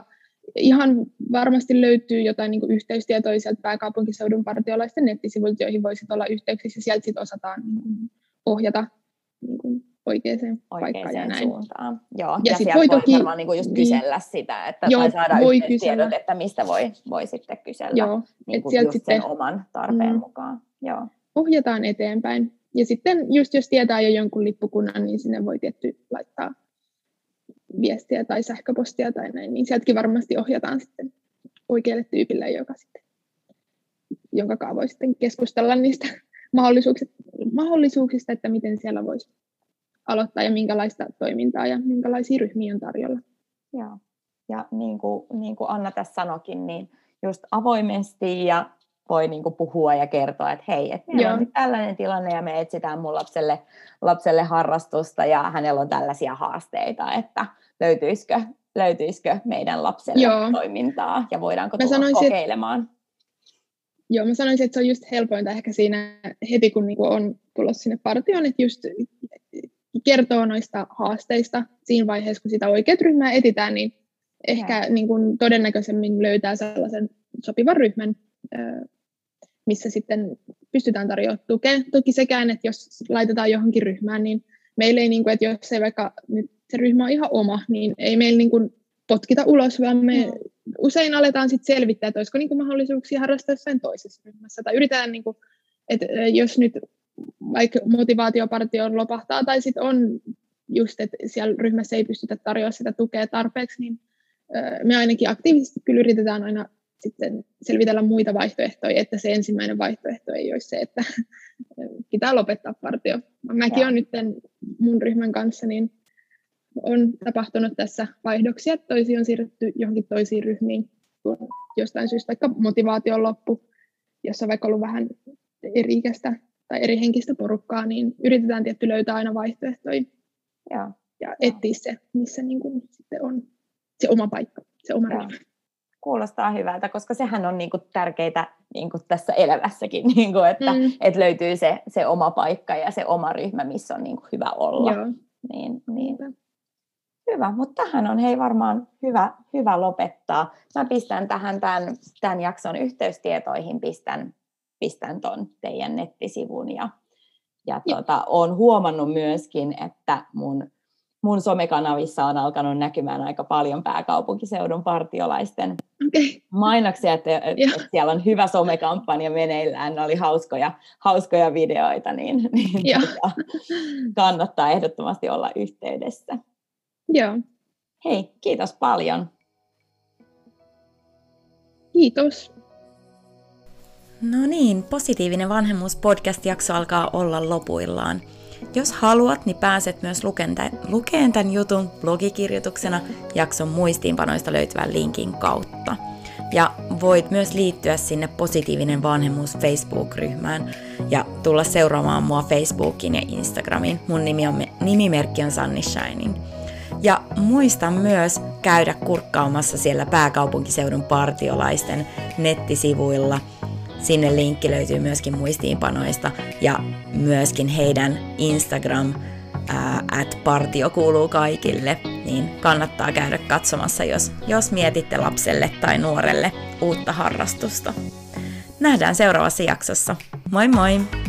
Speaker 2: ihan varmasti löytyy jotain niin kuin yhteystietoja sieltä pääkaupunkiseudun partiolaisten nettisivuilta, joihin voisit olla yhteyksissä, ja sieltä sitten osataan niin kuin ohjata niin kuin oikeaan, oikeaan paikkaan ja näin.
Speaker 1: Suuntaan. Joo, ja,
Speaker 2: ja
Speaker 1: sieltä voi toki varmaan niin kuin just kysellä niin, sitä, että joo, tai saada yhteystiedot, että mistä voi, voi sitten kysellä joo, niin kuin just sitten sen oman tarpeen mm, mukaan. Joo.
Speaker 2: Ohjataan eteenpäin. Ja sitten just jos tietää jo jonkun lippukunnan, niin sinne voi tietty laittaa viestiä tai sähköpostia tai näin, niin sieltäkin varmasti ohjataan sitten oikealle tyypille, joka sitten, jonka kanssa voi sitten keskustella niistä mahdollisuuksista, mahdollisuuksista, että miten siellä voisi aloittaa ja minkälaista toimintaa ja minkälaisia ryhmiä on tarjolla.
Speaker 1: Joo. Ja niin kuin, niin kuin Anna tässä sanoikin, niin just avoimesti ja voi niin kuin puhua ja kertoa, että hei, että meillä on nyt tällainen tilanne ja me etsitään mun lapselle, lapselle harrastusta ja hänellä on tällaisia haasteita, että löytyisikö, löytyisikö meidän lapselle joo. toimintaa ja voidaanko tulla sanoisin, kokeilemaan. Että,
Speaker 2: joo, mä sanoisin, että se on just helpointa ehkä siinä heti, kun niinku on tulossa sinne partioon, että just kertoo noista haasteista siinä vaiheessa, kun sitä oikeat ryhmää etsitään, niin ehkä niin kuin todennäköisemmin löytää sellaisen sopivan ryhmän, missä sitten pystytään tarjoamaan tukea. Toki sekään, että jos laitetaan johonkin ryhmään, niin meillä ei, niin kuin, että jos ei vaikka nyt se ryhmä on ihan oma, niin ei meillä niin kuin potkita ulos, vaan me mm. usein aletaan sitten selvittää, että olisiko niin kuin mahdollisuuksia harrastaa jossain toisessa ryhmässä. Tai yritetään, niin kuin, että jos nyt vaikka motivaatiopartio lopahtaa, tai sitten on just, että siellä ryhmässä ei pystytä tarjoamaan sitä tukea tarpeeksi, niin me ainakin aktiivisesti kyllä yritetään aina sitten selvitellä muita vaihtoehtoja, että se ensimmäinen vaihtoehto ei olisi se, että pitää lopettaa partio. Mäkin olen nyt mun ryhmän kanssa, niin on tapahtunut tässä vaihdoksia, että toisia on siirretty johonkin toisiin ryhmiin, kun jostain syystä vaikka motivaation loppu, jossa on vaikka ollut vähän eri-ikäistä tai eri henkistä porukkaa, niin yritetään tietty löytää aina vaihtoehtoja ja, ja etsiä se, missä niin kuin sitten on se oma paikka, se oma ryhmä.
Speaker 1: Kuulostaa hyvältä, koska sehän on niinku tärkeää niinku tässä elämässäkin, niinku, että mm. et löytyy se, se oma paikka ja se oma ryhmä, missä on niinku hyvä olla.
Speaker 2: Joo.
Speaker 1: Niin, niin. Hyvä, mutta tähän on hei varmaan hyvä, hyvä lopettaa. Mä pistän tähän tämän, tämän jakson yhteystietoihin, pistän, pistän ton teidän nettisivun ja, ja tuota, olen huomannut myöskin, että mun Mun somekanavissa on alkanut näkymään aika paljon pääkaupunkiseudun partiolaisten okay. mainoksia, että, että siellä on hyvä somekampanja meneillään, ne oli hauskoja, hauskoja videoita, niin, niin tota, kannattaa ehdottomasti olla yhteydessä.
Speaker 2: Joo.
Speaker 1: Hei, kiitos paljon.
Speaker 2: Kiitos.
Speaker 1: No niin, Positiivinen vanhemmuus podcast-jakso alkaa olla lopuillaan. Jos haluat, niin pääset myös lukeen tämän jutun blogikirjoituksena jakson muistiinpanoista löytyvän linkin kautta. Ja voit myös liittyä sinne Positiivinen vanhemmuus Facebook-ryhmään ja tulla seuraamaan mua Facebookiin ja Instagramiin. Mun nimi on, nimimerkki on Sunny Shining. Ja muista myös käydä kurkkaamassa siellä pääkaupunkiseudun partiolaisten nettisivuilla. Sinne linkki löytyy myöskin muistiinpanoista ja myöskin heidän Instagram ää, at partio kuuluu kaikille, niin kannattaa käydä katsomassa, jos, jos mietitte lapselle tai nuorelle uutta harrastusta. Nähdään seuraavassa jaksossa. Moi moi!